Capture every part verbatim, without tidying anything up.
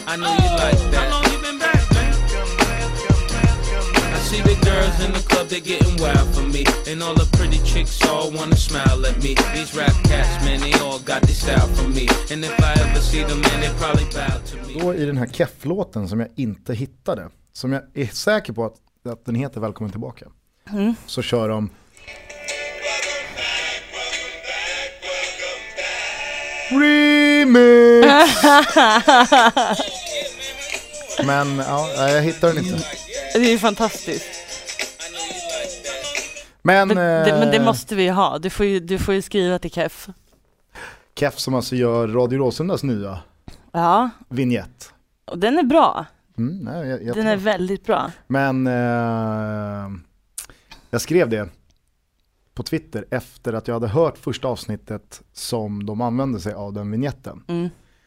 I know you like that. How long you been back, man? I see the girls in the club, they're getting wild for me. And all the pretty chicks all wanna smile at me. These rap cats, man, they all got this style from me. And if I ever see them, man, they probably bow to me. Då i den här Keff-låten som jag inte hittade, som jag är säker på att, att den heter Välkommen tillbaka. Mm. Så kör de Remix! Men ja, jag hittar den inte. Det är fantastiskt. Men, men, det, eh, men det måste vi ha. Du får ju, du får ju skriva till Keff. Keff som alltså gör Radio Råsundas nya ja. vignett. Och den är bra. Mm, nej, jag, jag den är väldigt bra. Men eh, jag skrev det på Twitter efter att jag hade hört första avsnittet som de använde sig av den vignetten. Mm.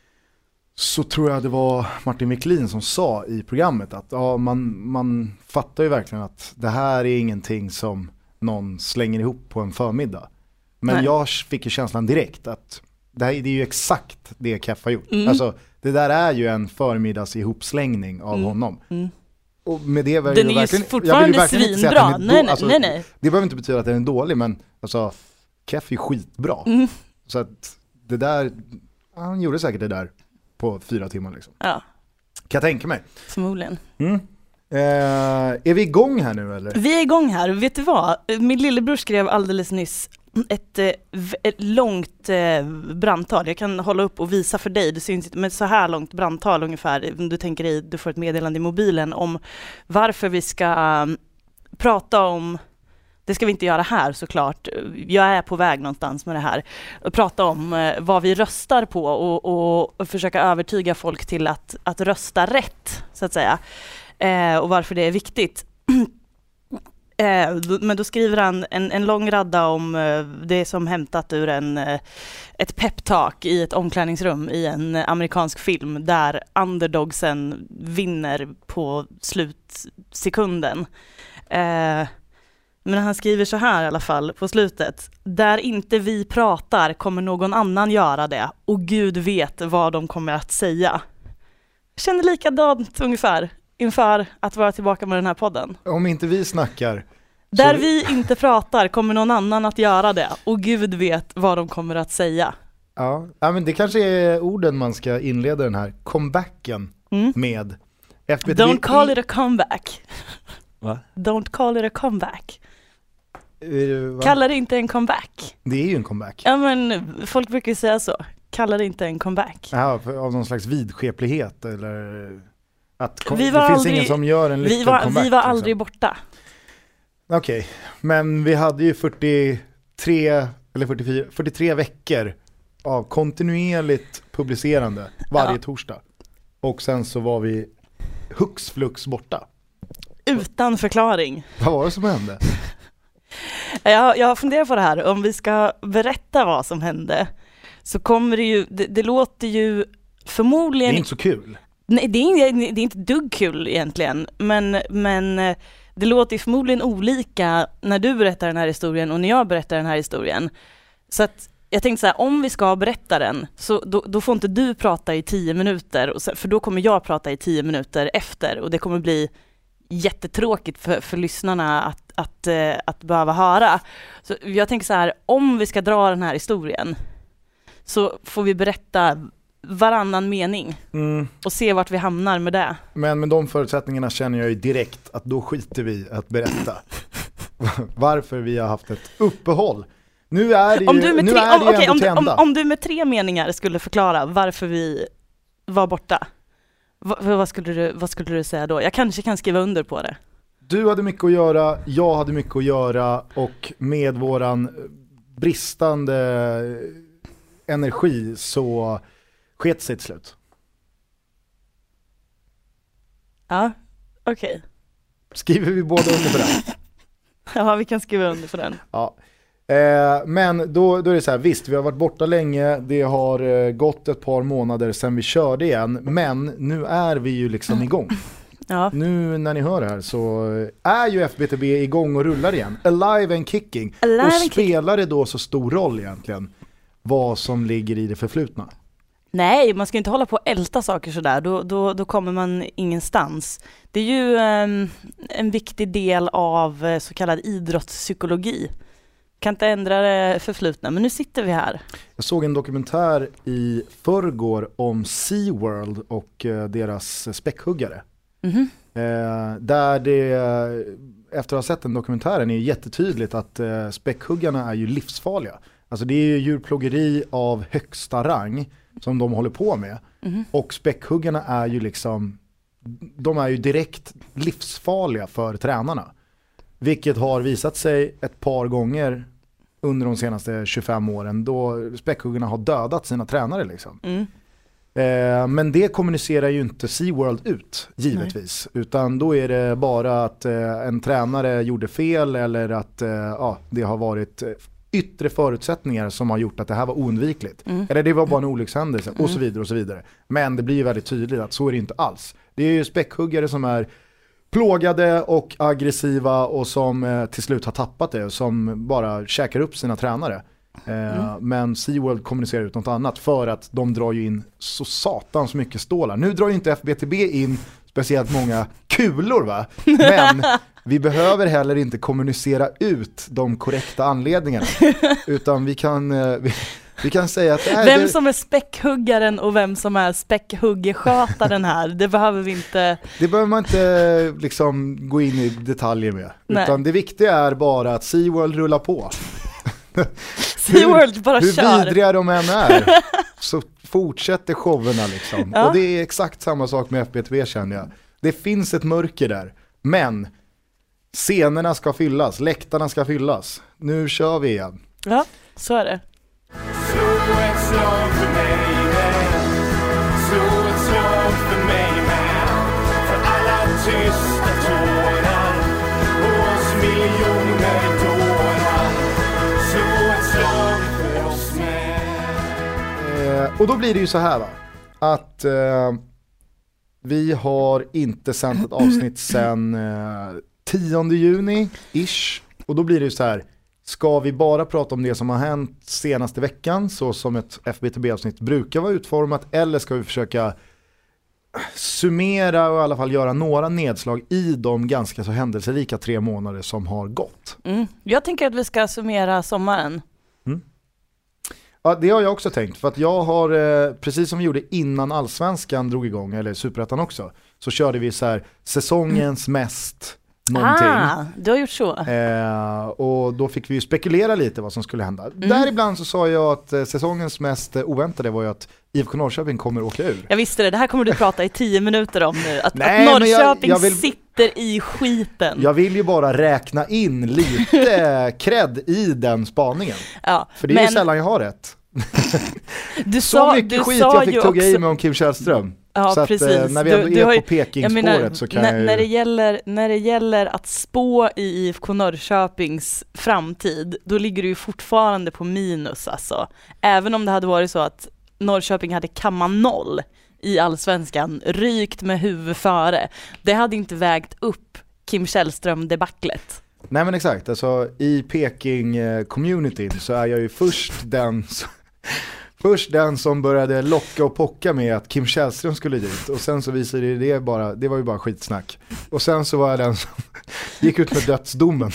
Så tror jag det var Martin Wiklin som sa i programmet att ja, man, man fattar ju verkligen att det här är ingenting som någon slänger ihop på en förmiddag. Men Nej. jag fick ju känslan direkt att det, här, det är ju exakt det Keff har gjort. Mm. Alltså, det där är ju en förmiddags ihopslängning av mm. honom. Mm. Och med det den är ju fortfarande svinbra. Nej, nej, alltså, nej, nej. Det behöver inte betyda att den är dålig, men alltså, Keff är skitbra. Mm. Så att det där, han gjorde säkert det där på fyra timmar liksom. Ja. Kan jag tänka mig. Förmodligen. Mm. Eh, är vi igång här nu eller? Vi är igång här. Vet du vad? Min lillebror skrev alldeles nyss ett, ett långt brandtal. Jag kan hålla upp och visa för dig. Det syns inte, men så här långt brandtal ungefär. Du tänker dig, du får ett meddelande i mobilen om varför vi ska prata om. Det ska vi inte göra här såklart. Jag är på väg någonstans med det här. Och prata om vad vi röstar på och, och, och försöka övertyga folk till att, att rösta rätt, så att säga. Eh, och varför det är viktigt. eh, då, men då skriver han en, en lång radda om eh, det som hämtat ur en, eh, ett peptalk i ett omklädningsrum i en amerikansk film där underdogsen vinner på slutsekunden. Eh, Men han skriver så här i alla fall på slutet. Där inte vi pratar kommer någon annan göra det. Och Gud vet vad de kommer att säga. Jag känner likadant ungefär inför att vara tillbaka med den här podden. Om inte vi snackar. Där vi inte pratar kommer någon annan att göra det. Och Gud vet vad de kommer att säga. Ja, ja men det kanske är orden man ska inleda den här comebacken mm. med. F B T V. Don't call it a comeback. Va? Don't call it a comeback. Uh, Kallar det inte en comeback? Det är ju en comeback. Ja, men folk brukar ju säga så. Kallar det inte en comeback? Ja, av någon slags vidskeplighet eller att kom- det finns aldrig, ingen som gör en vi var, comeback. Vi var liksom. aldrig borta. Okej, okay. Men vi hade ju fyrtiotre eller fyrtiofyra, fyrtiotre veckor av kontinuerligt publicerande varje ja. torsdag. Och sen så var vi hux flux borta. Utan förklaring. Vad var det som hände? Jag, jag har funderat på det här. Om vi ska berätta vad som hände så kommer det ju, det, det låter ju förmodligen... Det är inte så kul. Nej, det är, det är inte dugg kul egentligen. Men, men det låter ju förmodligen olika när du berättar den här historien och när jag berättar den här historien. Så att jag tänkte så här, om vi ska berätta den så då, då får inte du prata i tio minuter. Och så, för då kommer jag prata i tio minuter efter och det kommer bli jättetråkigt för, för lyssnarna att, att, att, att behöva höra. Så jag tänker så här, om vi ska dra den här historien så får vi berätta varannan mening mm. och se vart vi hamnar med det. Men med de förutsättningarna känner jag ju direkt att då skiter vi att berätta varför vi har haft ett uppehåll. Nu är det ju, om du med nu tre, är det om, okay, om, du, om, om, om du med tre meningar skulle förklara varför vi var borta. V- vad, skulle du, vad skulle du säga då? Jag kanske kan skriva under på det. Du hade mycket att göra, jag hade mycket att göra och med våran bristande energi så sket sig till slut. Ja, okej. Okay. Skriver vi båda under på den? Ja, vi kan skriva under på den. Ja. Eh, men då, då är det så här, visst vi har varit borta länge, det har eh, gått ett par månader sedan vi körde igen, men nu är vi ju liksom igång. Ja. Nu när ni hör det här så är ju F B T B igång och rullar igen. Alive and kicking. Alive och and spelar kick- det då så stor roll egentligen vad som ligger i det förflutna? Nej, man ska inte hålla på och älta saker sådär. Då, då, då kommer man ingenstans. Det är ju um, en viktig del av uh, så kallad idrottspsykologi. Kan inte ändra det förflutna, men nu sitter vi här. Jag såg en dokumentär i förrgår om SeaWorld och uh, deras späckhuggare. Mm-hmm. Uh, där det, uh, efter att ha sett den dokumentären, är jättetydligt att uh, späckhuggarna är ju livsfarliga. Alltså det är ju djurplågeri av högsta rang som de håller på med. Mm. Och späckhuggarna är ju liksom, de är ju direkt livsfarliga för tränarna. Vilket har visat sig ett par gånger under de senaste tjugofem åren då späckhuggarna har dödat sina tränare liksom. Mm. Eh, men det kommunicerar ju inte SeaWorld ut, givetvis. Nej. Utan då är det bara att eh, en tränare gjorde fel eller att eh, ja, det har varit yttre förutsättningar som har gjort att det här var oundvikligt. Mm. Eller det var bara en olyckshändelse mm. och så vidare och så vidare. Men det blir ju väldigt tydligt att så är det inte alls. Det är ju späckhuggare som är plågade och aggressiva och som eh, till slut har tappat det, som bara käkar upp sina tränare. Eh, mm. Men SeaWorld kommunicerar ut något annat för att de drar ju in så satans mycket stålar. Nu drar ju inte F B T B in speciellt många kulor, va? Men vi behöver heller inte kommunicera ut de korrekta anledningarna. Utan vi kan, eh, vi, vi kan säga att det här, vem det, som är späckhuggaren och vem som är späckhuggeskötaren här, det behöver vi inte. Det behöver man inte liksom gå in i detaljer med. Nej. Utan det viktiga är bara att SeaWorld rullar på. SeaWorld bara hur, kör. Hur vidriga de än är så fortsätter showerna liksom. Ja. Och det är exakt samma sak med F B T V, känner jag. Det finns ett mörker där. Men scenerna ska fyllas, läktarna ska fyllas. Nu kör vi igen. Ja, så är det. Slå ett slag för mig, man. Slå ett slag för mig, man. För alla tysta tårar och oss miljoner dårar. Slå ett slag för oss med. Eh, och då blir det ju så här, va? Att eh, vi har inte sänt ett avsnitt sedan eh, tionde juni-ish. Och då blir det ju så här. Ska vi bara prata om det som har hänt senaste veckan, så som ett F B T B-avsnitt brukar vara utformat, eller ska vi försöka summera och i alla fall göra några nedslag i de ganska så händelserika tre månader som har gått? Mm. Jag tänker att vi ska summera sommaren. Mm. Ja, det har jag också tänkt, för att jag har, eh, precis som vi gjorde innan Allsvenskan drog igång, eller Superettan också, så körde vi så här säsongens mm. mest någonting. Ah, du har gjort så. Eh, och då fick vi ju spekulera lite vad som skulle hända. Mm. Däribland så sa jag att eh, säsongens mest eh, oväntade var ju att I F K Norrköping kommer åka ur. Jag visste det, det här kommer du prata i tio minuter om nu. Att, Nej, att Norrköping jag, jag vill, sitter i skiten. Jag vill ju bara räkna in lite cred i den spaningen. Ja, för det är men, ju sällan jag har rätt. Du så sa, mycket du skit sa jag fick tugga också... i mig om Kim Källström. Ja, så att, precis. eh, när vi ändå du, är du på Pekingspåret så kan när, jag ju... när, det gäller, när det gäller att spå i I F K Norrköpings framtid, då ligger du ju fortfarande på minus alltså. Även om det hade varit så att Norrköping hade kamma noll i Allsvenskan, rykt med huvud före. Det hade inte vägt upp Kim Källström-debaclet. Nej, men exakt, alltså i Peking-communityn så är jag ju först den som... Först den som började locka och pocka med att Kim Källström skulle dit. Och sen så visade det, det bara, det var ju bara skitsnack. Och sen så var jag den som gick ut med dödsdomen.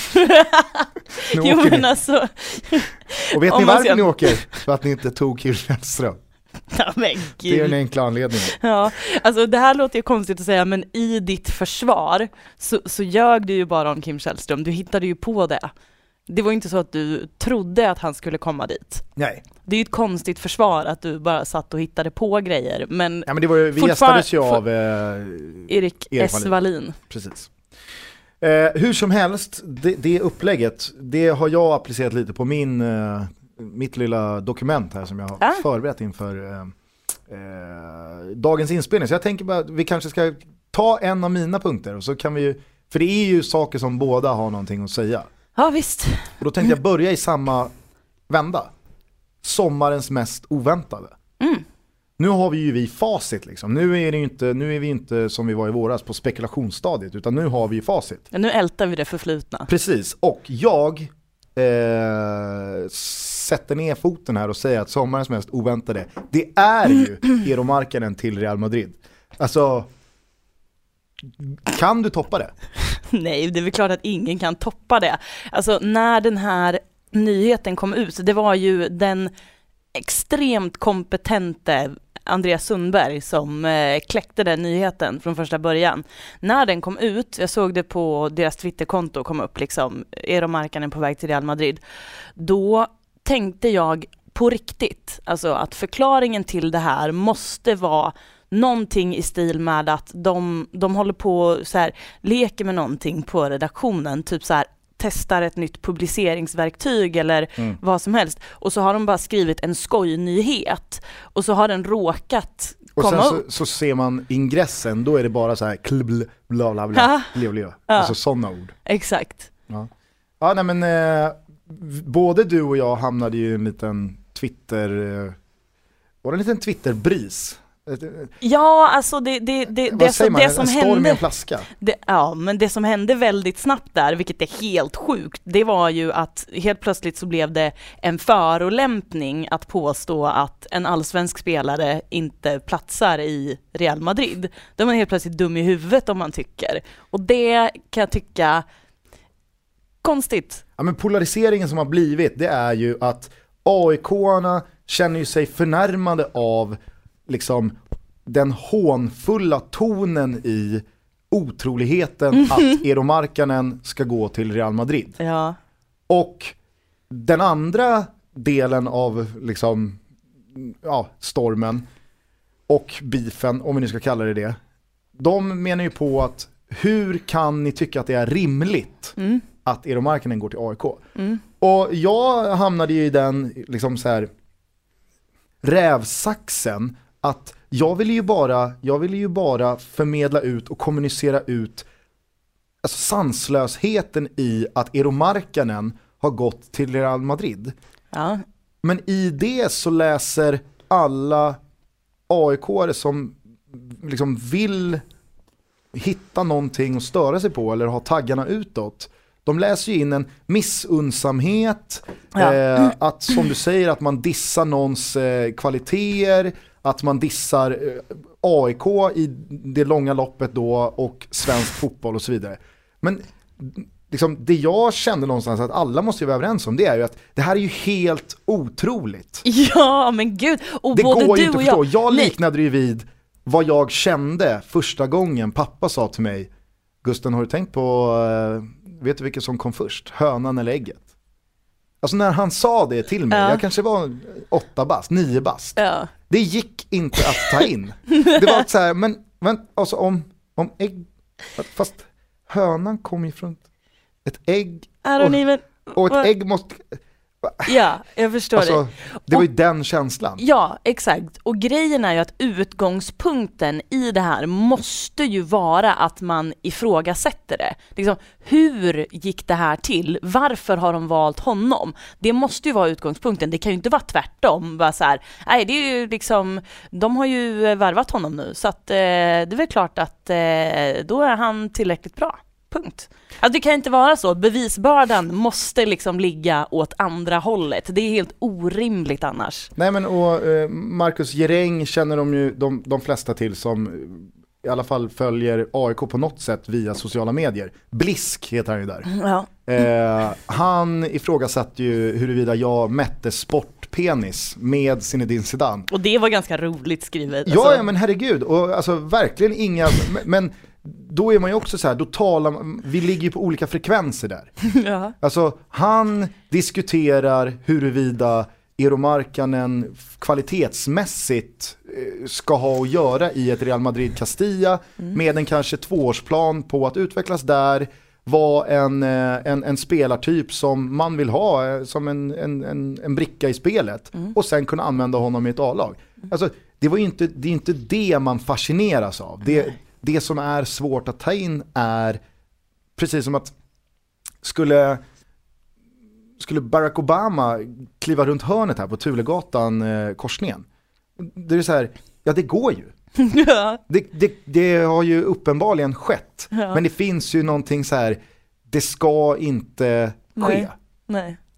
Jo, men alltså, och vet ni varför ska... ni åker? För att ni inte tog Kim Källström. Ja, men det är den enkla anledningen. Ja, alltså det här låter ju konstigt att säga, men i ditt försvar så, så ljög du ju bara om Kim Källström. Du hittade ju på det. Det var inte så att du trodde att han skulle komma dit. Nej. Det är ju ett konstigt försvar att du bara satt och hittade på grejer. Men, ja, men det var ju, vi gästades ju av eh, Erik, Erik S. Wallin. Precis. Eh, hur som helst, det, det upplägget, det har jag applicerat lite på min, eh, mitt lilla dokument här som jag har ah. förberett inför eh, eh, dagens inspelning. Så jag tänker bara att vi kanske ska ta en av mina punkter. Och så kan vi ju, för det är ju saker som båda har någonting att säga. Ja, visst. Och då tänkte jag börja i samma vända. Sommarens mest oväntade. Mm. Nu har vi ju vi facit liksom. Nu är det ju inte, nu är vi inte som vi var i våras på spekulationsstadiet, utan nu har vi ju facit. Ja, nu ältar vi det förflutna. Precis. Och jag eh, sätter ner foten här och säger att sommarens mest oväntade, det är ju Eero Markkanen till Real Madrid. Alltså, kan du toppa det? Nej, det är väl klart att ingen kan toppa det. Alltså när den här nyheten kom ut, det var ju den extremt kompetente Andreas Sundberg som eh, kläckte den nyheten från första början. När den kom ut, jag såg det på deras Twitterkonto kom upp liksom, Eero Markkanen på väg till Real Madrid. Då tänkte jag på riktigt, alltså att förklaringen till det här måste vara någonting i stil med att de, de håller på så här, leker med någonting på redaktionen, typ så här testar ett nytt publiceringsverktyg eller mm. vad som helst. Och så har de bara skrivit en skojnyhet och så har den råkat och komma sen upp. Så, så ser man ingressen, då är det bara så här klubl, bla bla bla, bla, bla. Ja. Alltså sådana ord. Exakt. Ja, ja nej men eh, både du och jag hamnade ju i en liten Twitter, eh, var det en liten Twitter-bris? Ja, alltså det, det, det, Vad det, säger som, man? det som en storm hände i en flaska. det, ja, men det som hände väldigt snabbt där, vilket är helt sjukt, det var ju att helt plötsligt så blev det en förolämpning att påstå att en allsvensk spelare inte platsar i Real Madrid. Då är man helt plötsligt dum i huvudet om man tycker. Och det kan jag tycka konstigt. Ja, men polariseringen som har blivit, det är ju att A I K-arna känner ju sig förnärmade av liksom den hånfulla tonen i otroligheten mm-hmm. att Eero Markkanen ska gå till Real Madrid. Ja. Och den andra delen av liksom, ja, stormen och beefen, om vi nu ska kalla det det, de menar ju på att hur kan ni tycka att det är rimligt mm. att Eero Markkanen går till A I K? Mm. Och jag hamnade ju i den liksom så här rävsaxen att jag ville ju bara jag ville ju bara förmedla ut och kommunicera ut alltså sanslösheten i att Eero Markkanen har gått till Real Madrid. Ja. Men i det så läser alla A I K-are som liksom vill hitta någonting att störa sig på eller ha taggarna utåt. De läser ju in en missunnsamhet, ja. eh, att som du säger att man dissar någons eh, kvaliteter, att man dissar eh, A I K i det långa loppet då och svensk fotboll och så vidare. Men liksom, det jag kände någonstans att alla måste ju vara överens om, det är ju att det här är ju helt otroligt. Ja, men gud. Och det både går du ju inte och att förstå. jag, Jag liknade det ju vid vad jag kände första gången pappa sa till mig: Gusten, har du tänkt på, uh, vet du vilket som kom först? Hönan eller ägget? Alltså när han sa det till mig, ja. Jag kanske var åtta bast, nio bast. Ja. Det gick inte att ta in. Det var så här, men, men alltså om, om ägg, fast hönan kom ju från ett ägg och, och ett ägg måste... Ja, jag förstår alltså, det. Det var och, ju den känslan. Ja, exakt. Och grejen är ju att utgångspunkten i det här måste ju vara att man ifrågasätter det. Liksom, hur gick det här till? Varför har de valt honom? Det måste ju vara utgångspunkten. Det kan ju inte vara tvärtom. Bara så här, nej, det är ju liksom, de har ju värvat honom nu. Så att, eh, det är väl klart att eh, då är han tillräckligt bra. Punkt. Alltså det kan inte vara så. Bevisbördan måste liksom ligga åt andra hållet. Det är helt orimligt annars. Nej men och eh, Marcus Jereng känner de ju de, de flesta till som i alla fall följer A I K på något sätt via sociala medier. Blisk heter han ju där. Ja. Eh, han ifrågasatte ju huruvida jag mätte sportpenis med Zinedine Zidane. Och det var ganska roligt skrivet. Ja, alltså. Ja men herregud. Och alltså verkligen inga... men då är man ju också så här, då talar man, vi ligger ju på olika frekvenser där. Ja. Alltså han diskuterar huruvida Eero Markkanen kvalitetsmässigt ska ha att göra i ett Real Madrid Castilla mm. med en kanske tvåårsplan på att utvecklas där, var en, en, en spelartyp som man vill ha som en, en, en, en bricka i spelet mm. och sen kunna använda honom i ett A-lag. Alltså det var ju inte, det är inte det man fascineras av. Det mm. Det som är svårt att ta in är precis som att skulle, skulle Barack Obama kliva runt hörnet här på Tulegatan eh, korsningen. Det är så här, ja det går ju. Ja. Det, det, det har ju uppenbarligen skett. Ja. Men det finns ju någonting så här, det ska inte ske. Nej. Nej.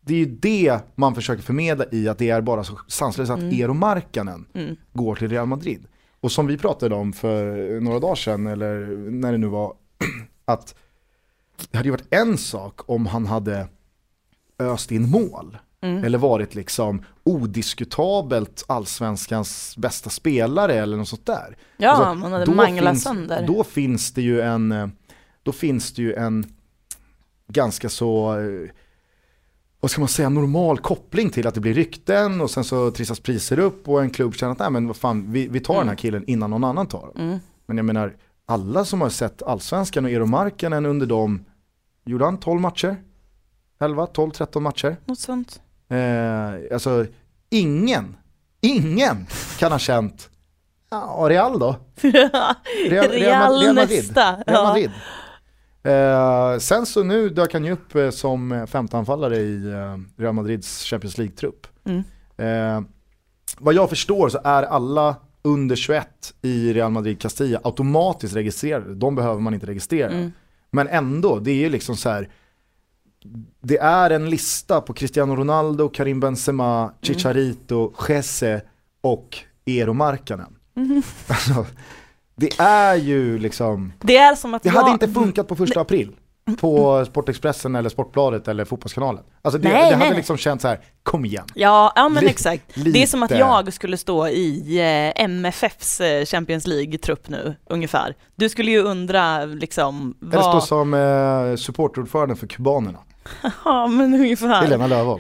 det är ju det man försöker förmedla i att det är bara så sanslöst att mm. Eero Markkanen mm. går till Real Madrid. Och som vi pratade om för några dagar sedan, eller när det nu var, att det hade ju varit en sak om han hade öst in mål. Mm. Eller varit liksom odiskutabelt allsvenskans bästa spelare eller något sånt där. Ja, alltså, man hade manglat sönder. Då finns det ju en då finns det ju en ganska så, vad ska man säga, normal koppling till att det blir rykten och sen så trissas priser upp och en klubb känner att nej, men vad fan, vi, vi tar mm. den här killen innan någon annan tar den. Mm. Men jag menar, alla som har sett allsvenskan och Eero Markkanen under dem, gjorde han tolv matcher? elva, tolv, tretton matcher? Något sånt. Eh, alltså, ingen, ingen kan ha känt, ja, Real då? Real, Real, Real, Real Madrid. Nästa. Real Madrid. Ja. Eh, sen så nu dök han ju upp eh, som femtonanfallare i eh, Real Madrids Champions League-trupp. Mm. Eh, vad jag förstår så är alla under tjugoett i Real Madrid Castilla automatiskt registrerade. De behöver man inte registrera. Mm. Men ändå, det är ju liksom så här, det är en lista på Cristiano Ronaldo, Karim Benzema, Chicharito, Jesse och Eero Markkanen. Mm. Alltså, det är ju liksom, det är som att det jag... hade inte funkat på första april på Sportexpressen eller Sportbladet eller Fotbollskanalen. Alltså det, nej, det hade nej. liksom känt så här, kom igen. Ja, ja men L- exakt. Lite... Det är som att jag skulle stå i eh, M F F:s Champions League-trupp nu, ungefär. Du skulle ju undra liksom... Vad... Eller stå som eh, supportordförande för kubanerna. Ja, men ungefär. Det är Lena Löfvåg.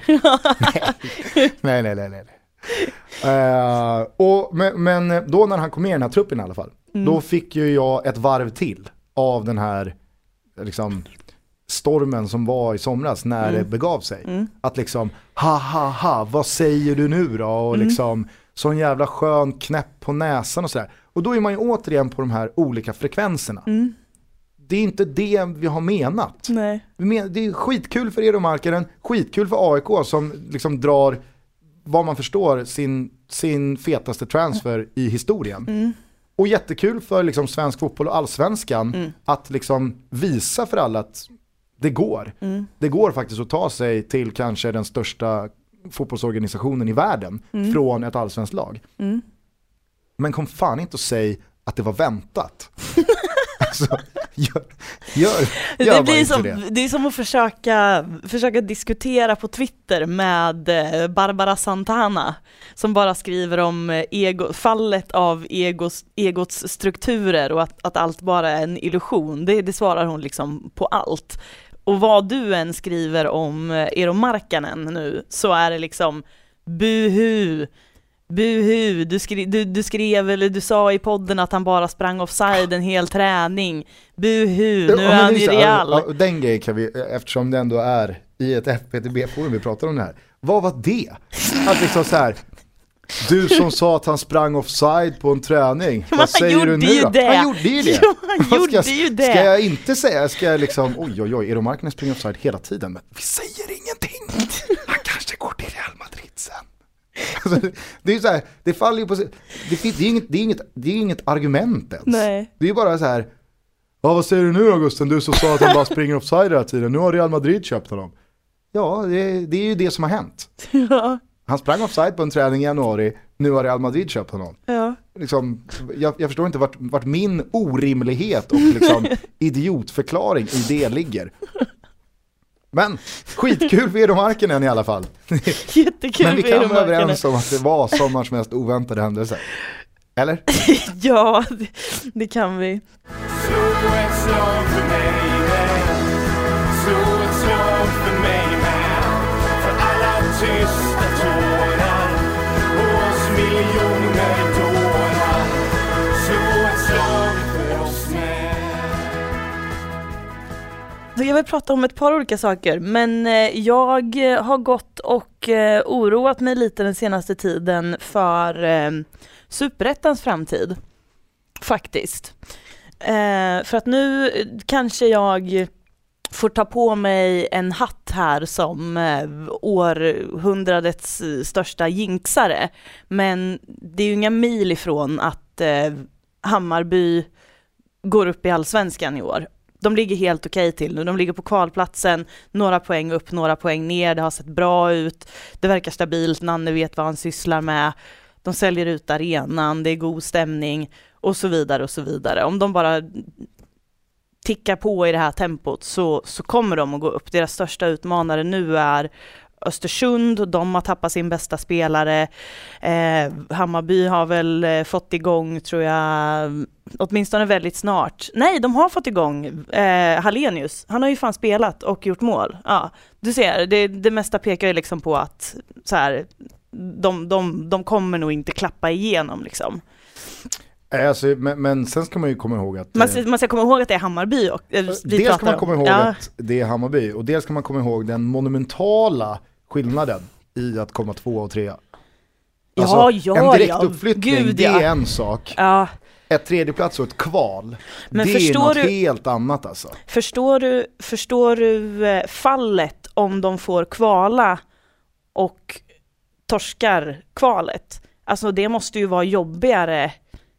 nej, nej, nej, nej. Uh, och, men, men då när han kom med i den här truppen i alla fall, mm. då fick ju jag ett varv till av den här liksom stormen som var i somras när mm. det begav sig. Mm. Att liksom, ha ha ha, vad säger du nu då? Och mm. liksom, sån jävla skön knäpp på näsan och sådär. Och då är man ju återigen på de här olika frekvenserna. Mm. Det är inte det vi har menat. Nej. Det är skitkul för Eero Markkanen, skitkul för A I K som liksom drar, vad man förstår, sin, sin fetaste transfer i historien. Mm. Och jättekul för liksom svensk fotboll och allsvenskan mm. att liksom visa för alla att det går. Mm. Det går faktiskt att ta sig till kanske den största fotbollsorganisationen i världen mm. från ett allsvenskt lag. Mm. Men kom fan inte och säg att det var väntat. Alltså, gör, gör, gör det, blir som, det. det är som att försöka, försöka diskutera på Twitter med Barbara Santana som bara skriver om ego, fallet av egos, egots strukturer och att, att allt bara är en illusion. Det, det svarar hon liksom på allt. Och vad du än skriver om Eero Markkanen nu så är det liksom buhu. Buhu, du skrev, du, du skrev eller du sa i podden att han bara sprang offside en hel träning. Buhu, nu ja, är han i Real. Ja, den grejen kan vi, eftersom det ändå är i ett F P T B-forum vi pratar om det här. Vad var det? Att liksom så här, du som sa att han sprang offside på en träning. Vad säger du nu då? Det. Han gjorde ju det. Jo, han gjorde ska, ju det. Ska jag inte säga, ska jag liksom, oj oj oj, Eero Markkanen springer offside hela tiden. Men vi säger ingenting. Han kanske går till Real Madrid sen. Alltså, det är ju så här, det faller ju på det, det är inget det är inget det är inget argument ens. Nej. Det är ju bara så här, ja, vad säger du nu Augusten, du som sa att han bara springer offside hela tiden. Nu har Real Madrid köpt honom. Ja, det, det är ju det som har hänt. Ja. Han sprang offside på en träning i januari. Nu har Real Madrid köpt honom. Ja. Liksom, jag, jag förstår inte vart, vart min orimlighet och liksom idiotförklaring i det ligger. Men skitkul för Eero Markkanen i alla fall. Jättekul. Men vi kan vara överens om att det var sommarens mest oväntade händelse. Eller? Ja, det, det kan vi. Slå ett slag för mig med. Slå ett slag för mig med. För alla tysta tårar och oss miljoner dårar. Slå ett slag för oss med. Jag vill prata om ett par olika saker, men jag har gått och oroat mig lite den senaste tiden för Superettans framtid. Faktiskt. För att nu kanske jag får ta på mig en hatt här som århundradets största jinxare. Men det är ju inga mil ifrån att Hammarby går upp i allsvenskan i år. de ligger helt okej till nu. De ligger på kvalplatsen, några poäng upp, några poäng ner. Det har sett bra ut. Det verkar stabilt. Nanne vet vad han sysslar med. De säljer ut arenan. Det är god stämning och så vidare och så vidare. Om de bara tickar på i det här tempot så, så kommer de att gå upp. Deras största utmanare nu är Östersund. De har tappat sin bästa spelare. Eh, Hammarby har väl eh, fått igång, tror jag, åtminstone väldigt snart. Nej, de har fått igång eh, Hallenius. Han har ju fan spelat och gjort mål. Ja, du ser, det, det mesta pekar ju liksom på att så här, de, de, de kommer nog inte klappa igenom liksom. Alltså, men, men sen ska man ju komma ihåg att... Man ska, man ska komma ihåg att det är Hammarby. Och, eh, dels ska man komma ihåg ja. att det är Hammarby. Och dels ska man komma ihåg den monumentala skillnaden i att komma två och tre. Alltså, ja, ja, en direkt ja. uppflyttning, Gud, det ja. är en sak. Ja. Ett tredjeplats och ett kval, Men det är förstår något du, helt annat alltså. Förstår du, förstår du eh, fallet om de får kvala och torskar kvalet? Alltså det måste ju vara jobbigare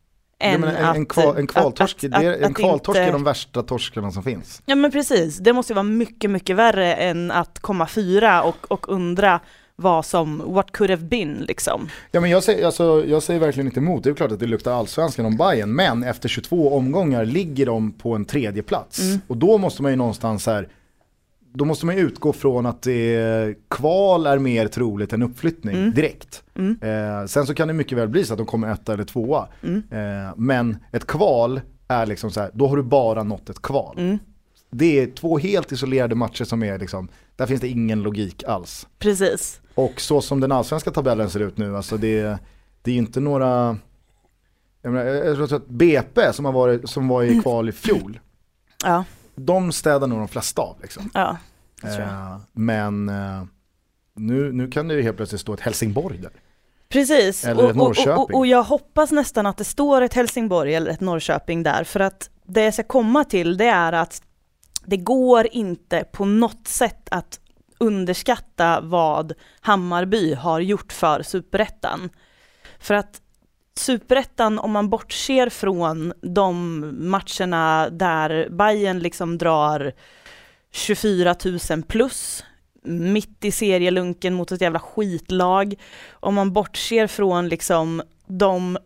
än menar, en, att... en, kval, en kvaltorsk, att, det är, att, en att kvaltorsk inte... är de värsta torskarna som finns. Ja men precis, det måste ju vara mycket, mycket värre än att komma fyra och, och undra vad som, what could have been liksom. Ja men jag säger, alltså, jag säger verkligen inte emot, det är klart att det luktar allsvenskan om Bayern, men efter tjugotvå omgångar ligger de på en tredje plats. Mm. Och då måste man ju någonstans här, då måste man ju utgå från att det, kval är mer troligt än uppflyttning mm. direkt. Mm. Eh, sen så kan det mycket väl bli så att de kommer etta eller tvåa. Mm. Eh, men ett kval är liksom så här, då har du bara nått ett kval. Mm. Det är två helt isolerade matcher som är liksom, där finns det ingen logik alls. Precis. Och så som den allsvenska tabellen ser ut nu, alltså det, det är inte några... Jag menar, jag tror att B P som, har varit, som var i kval i fjol, ja. de städar nog de flesta av. Liksom. Ja, eh, men eh, nu, nu kan det ju helt plötsligt stå ett Helsingborg där. Precis, eller och, ett Norrköping. Och, och, och jag hoppas nästan att det står ett Helsingborg eller ett Norrköping där, för att det jag ska komma till det är att det går inte på något sätt att underskatta vad Hammarby har gjort för Superettan. För att Superettan, om man bortser från de matcherna där Bayern liksom drar tjugofyra tusen plus mitt i serielunken mot ett jävla skitlag, om man bortser från liksom de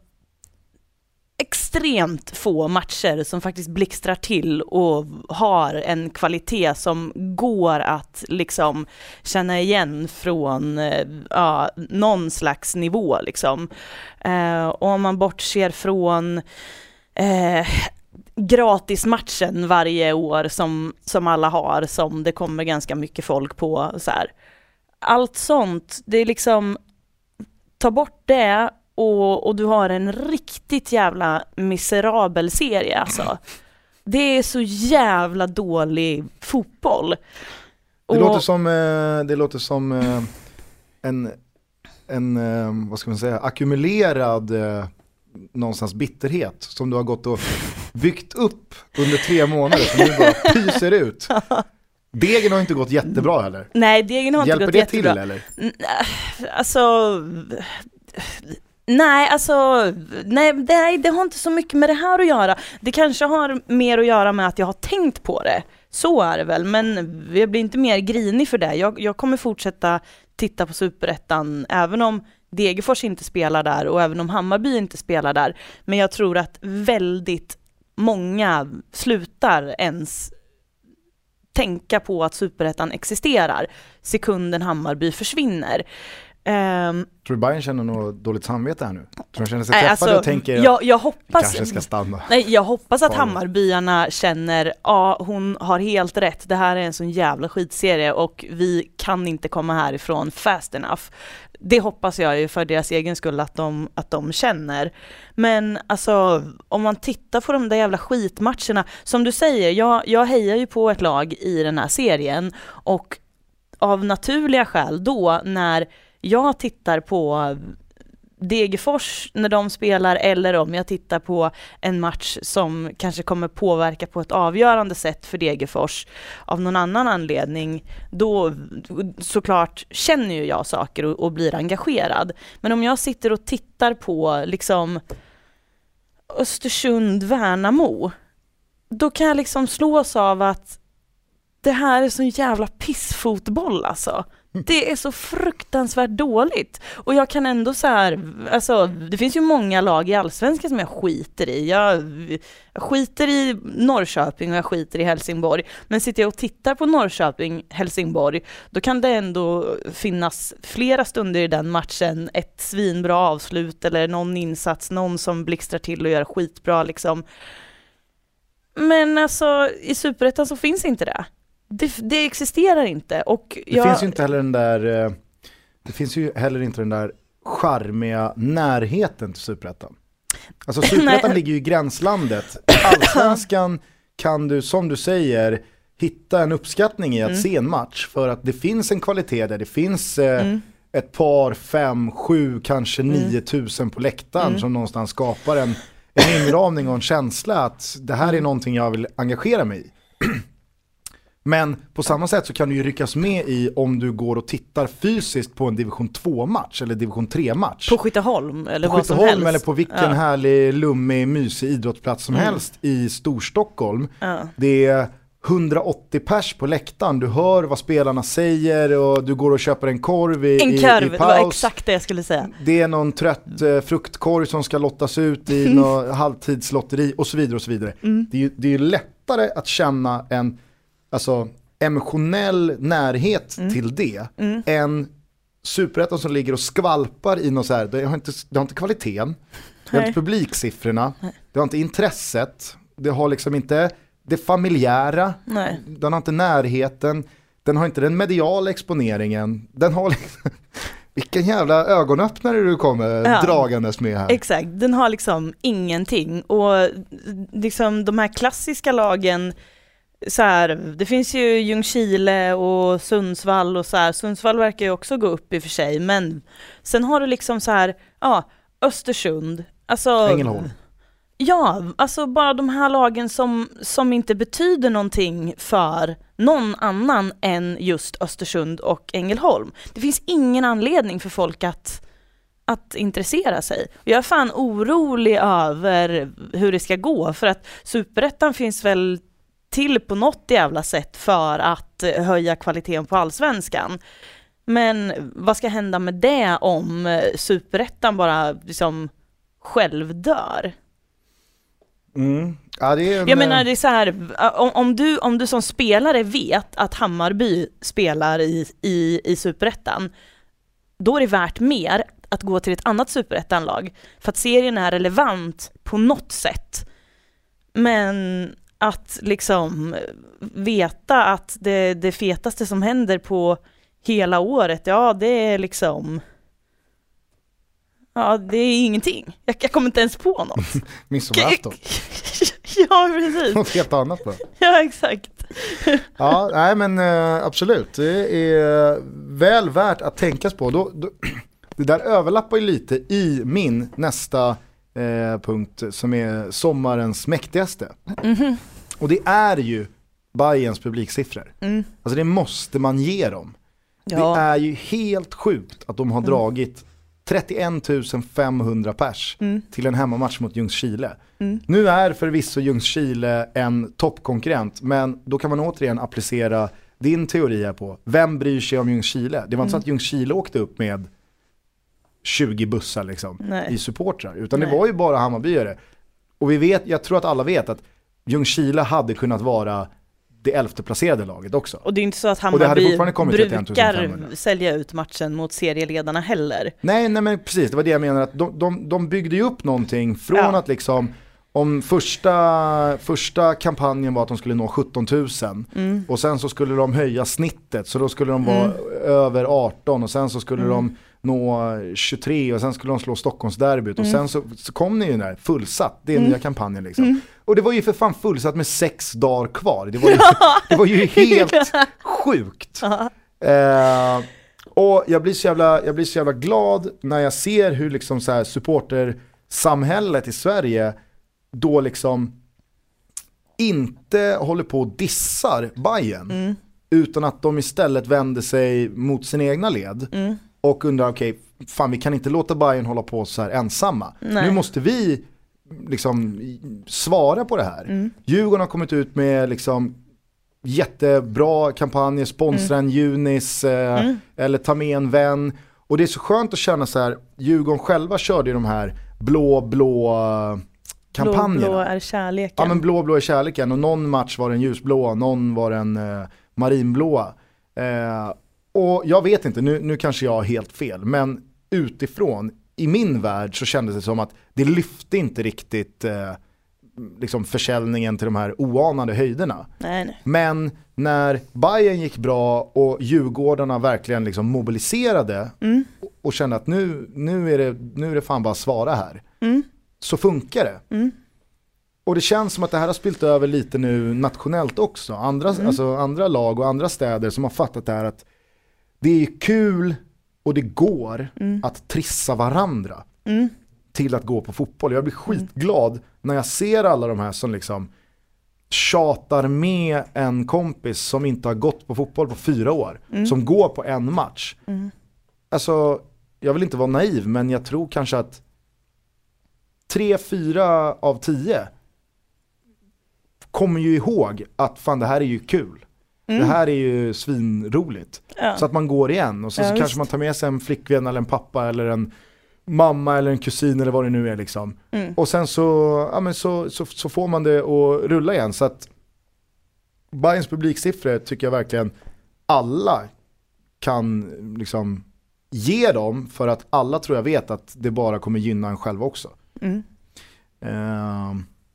extremt få matcher som faktiskt blixtrar till och har en kvalitet som går att liksom känna igen från ja, någon slags nivå liksom. Eh, och om man bortser från eh, gratismatchen varje år som, som alla har, som det kommer ganska mycket folk på så här. Allt sånt, det är liksom, ta bort det och, och du har en riktigt jävla miserabel serie alltså. Det är så jävla dålig fotboll. Det och, låter som, eh, det låter som eh, en, en eh, vad ska man säga, ackumulerad eh, någonstans bitterhet som du har gått och byggt upp under tre månader som nu bara pyser ut. Degen har inte gått jättebra heller. Nej, degen har Hjälper inte gått det jättebra. Till eller? Alltså... Nej, alltså nej det, det har inte så mycket med det här att göra. Det kanske har mer att göra med att jag har tänkt på det. Så är det väl, men jag blir inte mer grinig för det. Jag, jag kommer fortsätta titta på Superettan även om Degerfors inte spelar där och även om Hammarby inte spelar där. Men jag tror att väldigt många slutar ens tänka på att Superettan existerar sekunden Hammarby försvinner. Um, tror du Bayern känner något dåligt samvete här nu? Tror du känner sig nej, träffade alltså, och tänker jag, jag hoppas, kanske ska stanna? Nej, jag hoppas att Hammarbyarna känner ja, hon har helt rätt. Det här är en sån jävla skitserie och vi kan inte komma härifrån fast enough. Det hoppas jag ju för deras egen skull att de, att de känner. Men alltså, om man tittar på de där jävla skitmatcherna, som du säger, jag, jag hejar ju på ett lag i den här serien och av naturliga skäl då när jag tittar på Degerfors när de spelar eller om jag tittar på en match som kanske kommer påverka på ett avgörande sätt för Degerfors av någon annan anledning, då såklart känner ju jag saker och, och blir engagerad. Men om jag sitter och tittar på liksom Östersund, Värnamo, då kan jag liksom slås av att det här är så jävla pissfotboll alltså. Det är så fruktansvärt dåligt. Och jag kan ändå så här, alltså det finns ju många lag i Allsvenskan som jag skiter i. Jag, jag skiter i Norrköping och jag skiter i Helsingborg. Men sitter jag och tittar på Norrköping, Helsingborg, då kan det ändå finnas flera stunder i den matchen. Ett svinbra avslut eller någon insats, någon som blixtrar till och gör skitbra liksom. Men alltså i Superettan så finns inte det. Det, det existerar inte. Och jag... Det finns ju inte heller den där det finns ju heller inte den där charmiga närheten till Superettan. Alltså Superettan ligger ju i gränslandet. Allsvenskan kan du, som du säger, hitta en uppskattning i att mm. se en match för att det finns en kvalitet där. Det finns eh, mm. ett par, fem, sju, kanske mm. nio tusen på läktaren mm. som någonstans skapar en, en inramning och en känsla att det här är någonting jag vill engagera mig i. Men på samma sätt så kan du ju ryckas med i om du går och tittar fysiskt på en division två-match eller division tre-match. På Skytteholm eller på vad Skytteholm, som helst. Eller på vilken ja. härlig, lummig, mysig idrottsplats som mm. helst i Storstockholm. Ja. Det är hundraåttio pers på läktaren. Du hör vad spelarna säger och du går och köper en korv i, en i, korv, i paus. Det var exakt det jag skulle säga. Det är någon trött eh, fruktkorv som ska lottas ut i mm. någon halvtidslotteri och så vidare och så vidare. Mm. Det är ju det är ju lättare att känna en alltså emotionell närhet mm. till det mm. än Superettan som ligger och skvalpar i något så här, det har inte, det har inte kvaliteten, det har inte publiksiffrorna, Nej. det har inte intresset, det har liksom inte det familjära, Nej. den har inte närheten, den har inte den mediala exponeringen, den har liksom, vilken jävla ögonöppnare du kommer ja. dragandes med här. Exakt, den har liksom ingenting och liksom de här klassiska lagen så här, det finns ju Ljungskile och Sundsvall och så här. Sundsvall verkar ju också gå upp i och för sig, men sen har du liksom så här, ja, Östersund, alltså Ängelholm. Ja, alltså bara de här lagen som, som inte betyder någonting för någon annan än just Östersund och Ängelholm. Det finns ingen anledning för folk att att intressera sig. Jag är fan orolig över hur det ska gå, för att Superettan finns väl till på något jävla sätt för att höja kvaliteten på Allsvenskan. Men vad ska hända med det om Superettan bara liksom själv dör? Mm. Ja, det är en... Jag menar det är så här, om, om, du, om du som spelare vet att Hammarby spelar i, i, i Superettan, då är det värt mer att gå till ett annat Superettan-lag för att serien är relevant på något sätt. Men att liksom veta att det, det fetaste som händer på hela året, ja det är liksom, ja det är ingenting. Jag, jag kommer inte ens på något. Midsommarafton. Ja, precis. Något helt annat då. Ja, exakt. Ja, nej men uh, absolut. Det är väl värt att tänkas på. Då, då, det där överlappar ju lite i min nästa eh, punkt som är sommarens mäktigaste. Mm-hmm. Och det är ju Bayerns publiksiffror. Mm. Alltså det måste man ge dem. Ja. Det är ju helt sjukt att de har mm. dragit trettioen tusen femhundra pers mm. till en hemmamatch mot Ljungskile. Mm. Nu är förvisso Ljungskile en toppkonkurrent, men då kan man återigen applicera din teori här på. Vem bryr sig om Ljungskile? Det var inte mm. så att Ljungskile åkte upp med tjugo bussar liksom, i supportrar, utan Nej. det var ju bara Hammarbyare. Och vi vet, jag tror att alla vet att Ljungskile hade kunnat vara det elfte placerade laget också. Och det är inte så att Hammarby brukar sälja ut matchen mot serieledarna heller. Nej, nej men precis, det var det jag menar, att de, de, de byggde ju upp någonting från ja. att liksom, om första, första kampanjen var att de skulle nå sjutton tusen mm. och sen så skulle de höja snittet, så då skulle de vara mm. över arton och sen så skulle mm. de nå tjugotre och sen skulle de slå Stockholmsderbyt mm. och sen så, så kom ni ju där fullsatt, det är mm. nya kampanjen liksom. Mm. Och det var ju för fan fullsatt med sex dagar kvar. Det var ju, det var ju helt sjukt. Eh, och jag blir så jävla, jag blir så jävla glad när jag ser hur liksom så här supportersamhället i Sverige då liksom inte håller på och dissar Bayern mm. utan att de istället vänder sig mot sin egna led mm. och undrar okej, okay, fan vi kan inte låta Bayern hålla på så här ensamma. Nej. Nu måste vi liksom svara på det här. Mm. Djurgården har kommit ut med liksom jättebra kampanjer, sponsra en mm. Unis eh, mm. eller ta med en vän. Och det är så skönt att känna så här, Djurgården själva körde ju de här blå, blå kampanjerna. Blå, blå är kärleken. Ja, men blå, blå är kärleken. Och någon match var den ljusblå, någon var den eh, marinblåa. Eh, och jag vet inte, nu, nu kanske jag har helt fel, men utifrån, i min värld så kändes det som att det lyfte inte riktigt eh, liksom försäljningen till de här oanade höjderna. Nej, nej. Men när Bayern gick bra och Djurgårdarna verkligen liksom mobiliserade mm. och, och kände att nu, nu, är det, nu är det fan bara svara här. Mm. Så funkar det. Mm. Och det känns som att det här har spilt över lite nu nationellt också. Andra, mm. alltså andra lag och andra städer som har fattat det här att det är kul och det går mm. att trissa varandra mm. till att gå på fotboll. Jag blir skitglad mm. när jag ser alla de här som liksom tjatar med en kompis som inte har gått på fotboll på fyra år. Mm. Som går på en match. Mm. Alltså, jag vill inte vara naiv, men jag tror kanske att tre, fyra av tio kommer ju ihåg att fan, det här är ju kul. Mm. Det här är ju svinroligt. Ja. Så att man går igen. Och så, ja, så kanske man tar med sig en flickvän eller en pappa eller en mamma eller en kusin eller vad det nu är liksom. Mm. Och sen så, ja, men så, så, så får man det att rulla igen. Så att Bayerns publiksiffror tycker jag verkligen alla kan liksom ge dem, för att alla tror jag vet att det bara kommer gynna en själv också. Mm. Uh,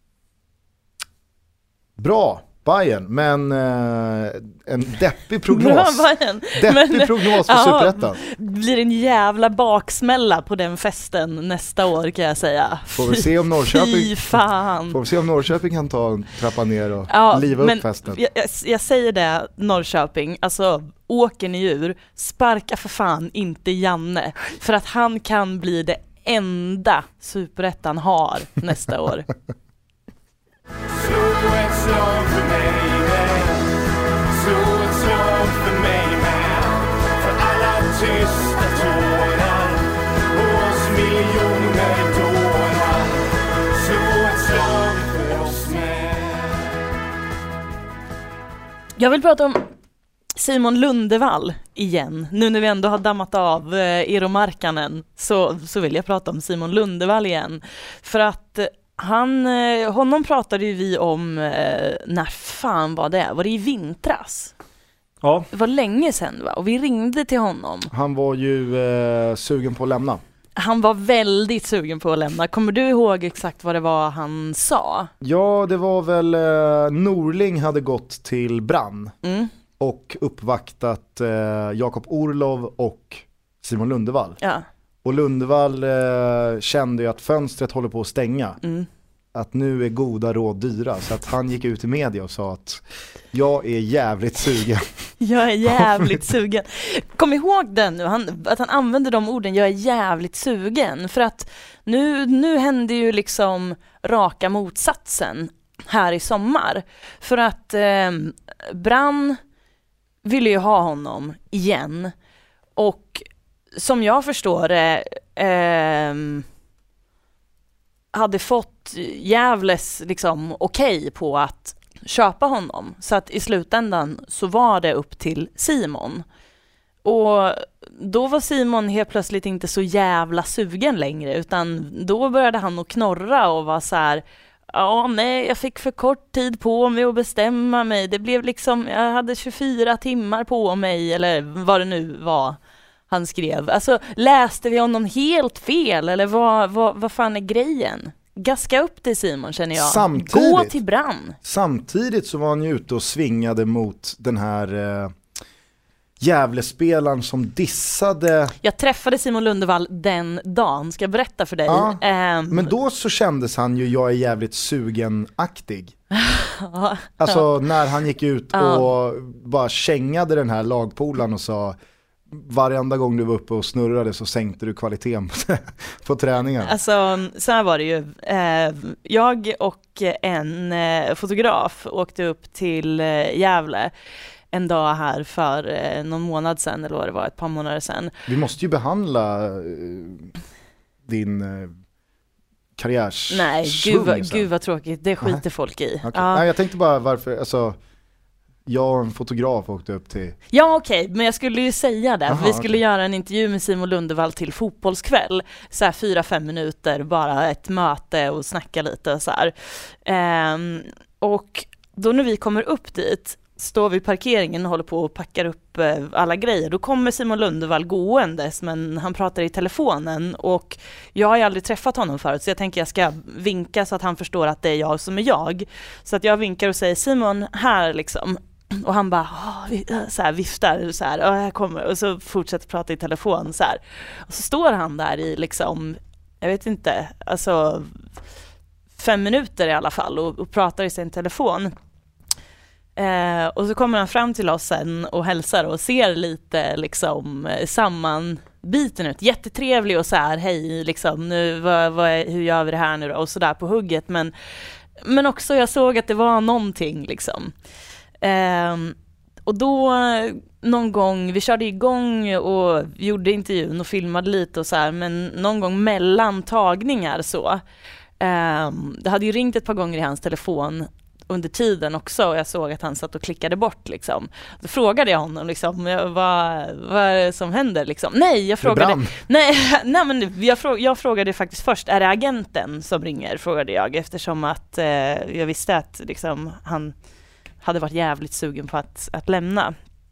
bra Bayern, men uh, en deppig prognos. Bra, Bayern. Deppig men, prognos för ja, Superettan. Blir en jävla baksmälla på den festen nästa år, kan jag säga. Får vi se om Norrköping, Fy fan. Får vi se om Norrköping kan ta trappa ner och ja, liva upp festen. Jag, jag, jag säger det, Norrköping, alltså åker ni ur, sparka för fan inte Janne, för att han kan bli det enda Superettan har nästa år. Slå ett slag för mig med, slå ett slag för mig med, för alla tysta tårar och oss miljoner dårar. Slå ett slag för oss med. Jag vill prata om Simon Lundevall igen. Nu när vi ändå har dammat av eh, Eero Markkanen så, så vill jag prata om Simon Lundevall igen. För att eh, han, eh, honom pratade ju vi om, eh, när fan var det? Var det i vintras? Ja. Det var länge sedan, va? Och vi ringde till honom. Han var ju eh, sugen på att lämna. Han var väldigt sugen på att lämna. Kommer du ihåg exakt vad det var han sa? Ja, det var väl eh, Norling hade gått till Brann. Mm. Och uppvaktat eh, Jakob Orlov och Simon Lundevall. Ja. Och Lundevall eh, kände ju att fönstret håller på att stänga. Mm. Att nu är goda råd dyra. Så att han gick ut i media och sa att jag är jävligt sugen. Jag är jävligt sugen. Kom ihåg den nu, han, att han använde de orden, jag är jävligt sugen. För att nu, nu händer ju liksom raka motsatsen här i sommar. För att eh, Brann ville ju ha honom igen. Och som jag förstår det eh, hade fått Gävles liksom okej okay på att köpa honom. Så att i slutändan så var det upp till Simon. Och då var Simon helt plötsligt inte så jävla sugen längre, utan då började han att knorra och var så här: ja, nej, jag fick för kort tid på mig att bestämma mig. Det blev liksom, jag hade tjugofyra timmar på mig, eller vad det nu var han skrev. Alltså, läste vi honom helt fel? Eller vad, vad, vad fan är grejen? Gaska upp det, Simon, känner jag. Samtidigt, gå till Brann. Samtidigt så var han ju ute och svingade mot den här eh, Gävlespelaren som dissade. Jag träffade Simon Lundevall den dagen, ska jag berätta för dig. Ja, um... men då så kändes han ju, jag är jävligt sugen-aktig. Alltså när han gick ut och bara kängade den här lagpolan och sa: varenda gång du var uppe och snurrade så sänkte du kvaliteten på, på träningen. Alltså, så här var det ju. Eh, jag och en eh, fotograf åkte upp till eh, Gävle en dag här för eh, någon månad sedan, eller vad det var, ett par månader sedan. Vi måste ju behandla eh, din eh, karriärs Nej, gud vad, gud vad tråkigt. Det skiter Nej. folk i. Okay. Ja. Nej, jag tänkte bara varför, alltså jag och en fotograf åkte upp till... Ja okej, okay. Men jag skulle ju säga det. Aha, vi skulle okay. göra en intervju med Simon Lundevall till fotbollskväll. Så här fyra, fem minuter, bara ett möte och snacka lite och så här. Ehm, och då när vi kommer upp dit, står vi i parkeringen och håller på och packar upp eh, alla grejer. Då kommer Simon Lundevall gåendes, men han pratar i telefonen och jag har ju aldrig träffat honom förut, så jag tänker jag ska vinka så att han förstår att det är jag som är jag. Så att jag vinkar och säger Simon, här liksom. Och han bara så här, viftar så här, och jag kommer, och så fortsätter prata i telefon så här. Och så står han där i liksom, jag vet inte, alltså fem minuter i alla fall och, och pratar i sin telefon. Eh, och så kommer han fram till oss sen och hälsar och ser lite liksom sammanbiten ut. Jättetrevlig och så här, hej liksom, nu, vad, vad är, hur gör vi det här nu då? Och så där på hugget. Men, men också jag såg att det var någonting liksom. Eh, och då någon gång, vi körde igång och gjorde intervjun och filmade lite och så här, men någon gång mellan tagningar så. Eh, det hade ju ringt ett par gånger i hans telefon under tiden också, och jag såg att han satt och klickade bort liksom. Då frågade jag honom liksom, vad, vad är det som händer liksom? Nej, jag frågade nej, nej men jag, frå, jag frågade faktiskt först, är det agenten som ringer, frågade jag, eftersom att eh, jag visste att liksom, han hade varit jävligt sugen på att, att lämna.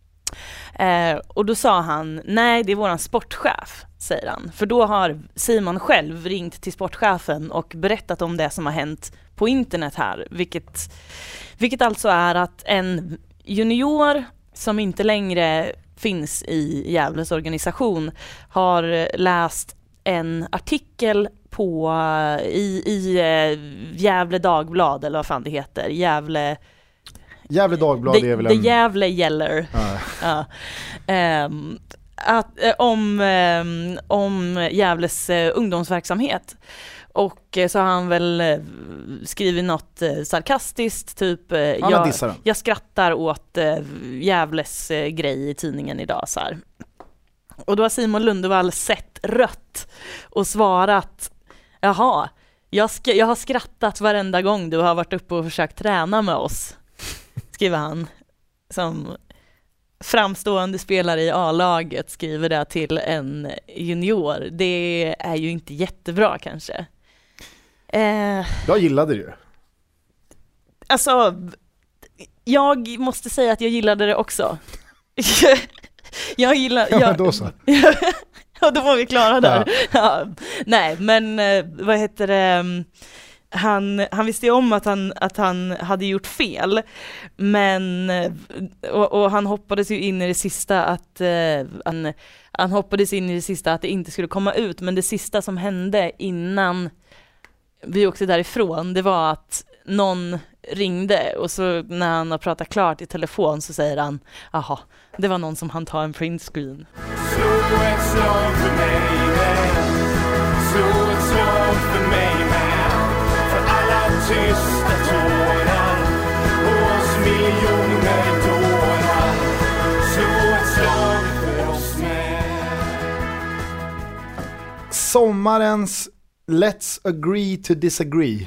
Eh, och då sa han, nej det är våran sportchef, säger han. För då har Simon själv ringt till sportchefen och berättat om det som har hänt på internet här. Vilket, vilket alltså är att en junior som inte längre finns i Gävles organisation har läst en artikel på i, i Gävle Dagblad, eller vad fan det heter, Gävle Gävle Dagblad det, är väl det en... Gävle gäller. Ja. Ja. Um, att, eh, om, um, om Gävles uh, ungdomsverksamhet. Och uh, så har han väl uh, skrivit något uh, sarkastiskt, typ uh, jag, jag skrattar åt uh, Gävles uh, grej i tidningen idag. Så här. Och då har Simon Lundevall sett rött och svarat, jaha, jag, sk- jag har skrattat varenda gång du har varit uppe och försökt träna med oss, skriver han. Som framstående spelare i A-laget skriver det till en junior. Det är ju inte jättebra kanske. Eh, jag gillade det ju. Alltså, jag måste säga att jag gillade det också. jag gillar... Ja, jag, då så. Ja, då var vi klara där. Ja. Ja. Nej, men vad heter det... Han, han visste ju om att han, att han hade gjort fel, men och, och han hoppades ju in i det sista att eh, han, han hoppades in i det sista att det inte skulle komma ut, men det sista som hände innan vi åkte därifrån, det var att någon ringde, och så när han har pratat klart i telefon så säger han, aha, det var någon som han tar en printscreen. Slå ett slag för mig, man. Slå ett slag för mig, man. Tysta tårar och oss miljoner dårar. Slå ett slag för oss med. Sommarens Let's agree to disagree.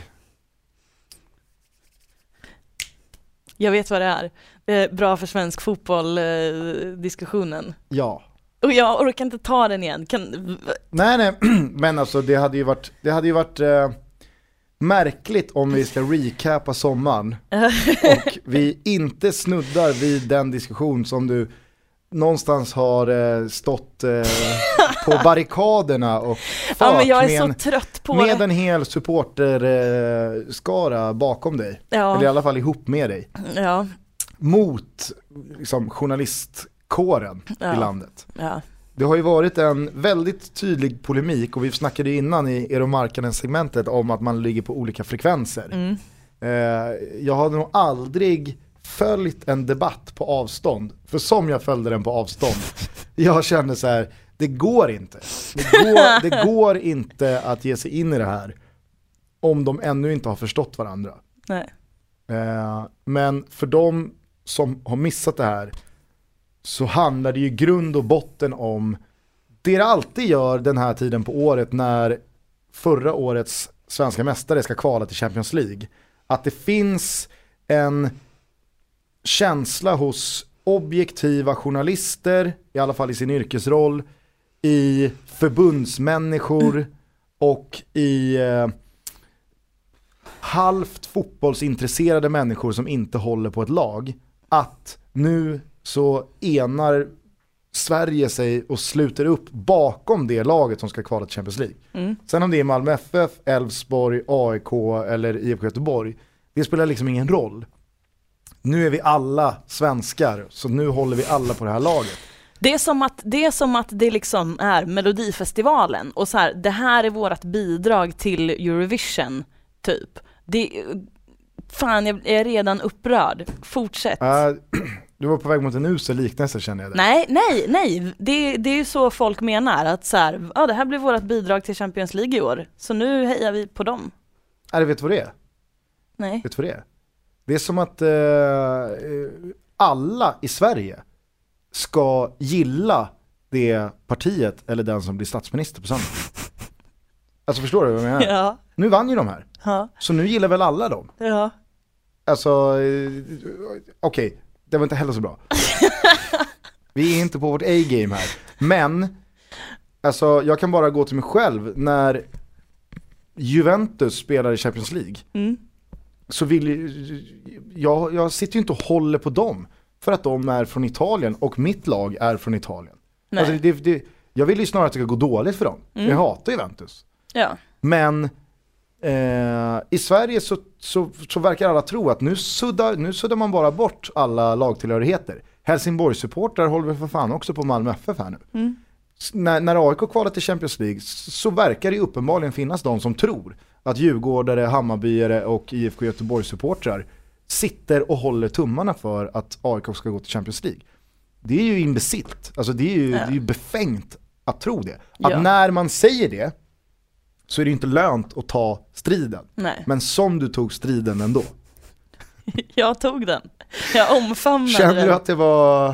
Jag vet vad det är. Det är bra för svensk fotboll, eh, diskussionen. Ja. Och jag orkar inte ta den igen. Kan... Nej, nej. Men alltså det hade ju varit... Det hade ju varit eh... märkligt om vi ska recapa sommaren och vi inte snuddar vid den diskussion som du någonstans har eh, stått eh, på barrikaderna och fört ja, men jag är med, så en, trött på med det. en hel supporterskara eh, bakom dig. Ja. Eller i alla fall ihop med dig. Ja. Mot liksom, journalistkåren ja. i landet. Ja. Det har ju varit en väldigt tydlig polemik, och vi snackade ju innan i Eero Markkanen-segmentet om att man ligger på olika frekvenser. Mm. Eh, jag har nog aldrig följt en debatt på avstånd, för som jag följde den på avstånd, jag kände så här, det går inte. Det går, det går inte att ge sig in i det här om de ännu inte har förstått varandra. Nej. Eh, men för de som har missat det här så handlar det ju grund och botten om det det alltid gör den här tiden på året när förra årets svenska mästare ska kvala till Champions League, att det finns en känsla hos objektiva journalister, i alla fall i sin yrkesroll, i förbundsmänniskor mm. och i eh, halvt fotbollsintresserade människor som inte håller på ett lag, att nu så enar Sverige sig och sluter upp bakom det laget som ska kvala till Champions League. Mm. Sen om det är Malmö F F, Elfsborg, A I K eller I F K Göteborg, det spelar liksom ingen roll. Nu är vi alla svenskar, så nu håller vi alla på det här laget. Det är som att det, är som att det liksom är Melodifestivalen och så här, det här är vårt bidrag till Eurovision typ. Det, fan, jag är redan upprörd. Fortsätt. Uh, du var på väg mot en usel liknelse, känner jag det. Nej, nej, nej. Det, det är ju så folk menar. Att så här, ja, det här blir vårt bidrag till Champions League i år. Så nu hejar vi på dem. Nej, vet du vad det är? Nej. Vet du vad det är? Det är som att uh, alla i Sverige ska gilla det partiet eller den som blir statsminister på söndag. Alltså, förstår du vad jag menar? Ja. Nu vann ju de här. Ja. Så nu gillar väl alla dem? Ja. Alltså, okej, okay, det var inte heller så bra. Vi är inte på vårt A-game här. Men, alltså, jag kan bara gå till mig själv. När Juventus spelar i Champions League mm. så vill jag, jag sitter ju inte och håller på dem för att de är från Italien och mitt lag är från Italien. Alltså, det, det, jag vill ju snarare att det ska gå dåligt för dem. Mm. Jag hatar Juventus. Ja. Men Eh, i Sverige så, så, så verkar alla tro att nu suddar, nu suddar man bara bort alla lagtillhörigheter. Helsingborg-supportrar håller vi för fan också på Malmö F F här nu. Mm. När, när A I K kvalar till Champions League så verkar det uppenbarligen finnas de som tror att djurgårdare, Hammarbyare och I F K Göteborg-supportrar sitter och håller tummarna för att A I K ska gå till Champions League. Det är ju imbecilt. Alltså det är ju, ja. det är ju befängt att tro det. Att ja. när man säger det så är det inte lönt att ta striden. Nej. Men som du tog striden ändå. Jag tog den. Jag omfamnade Kände den. du att det var...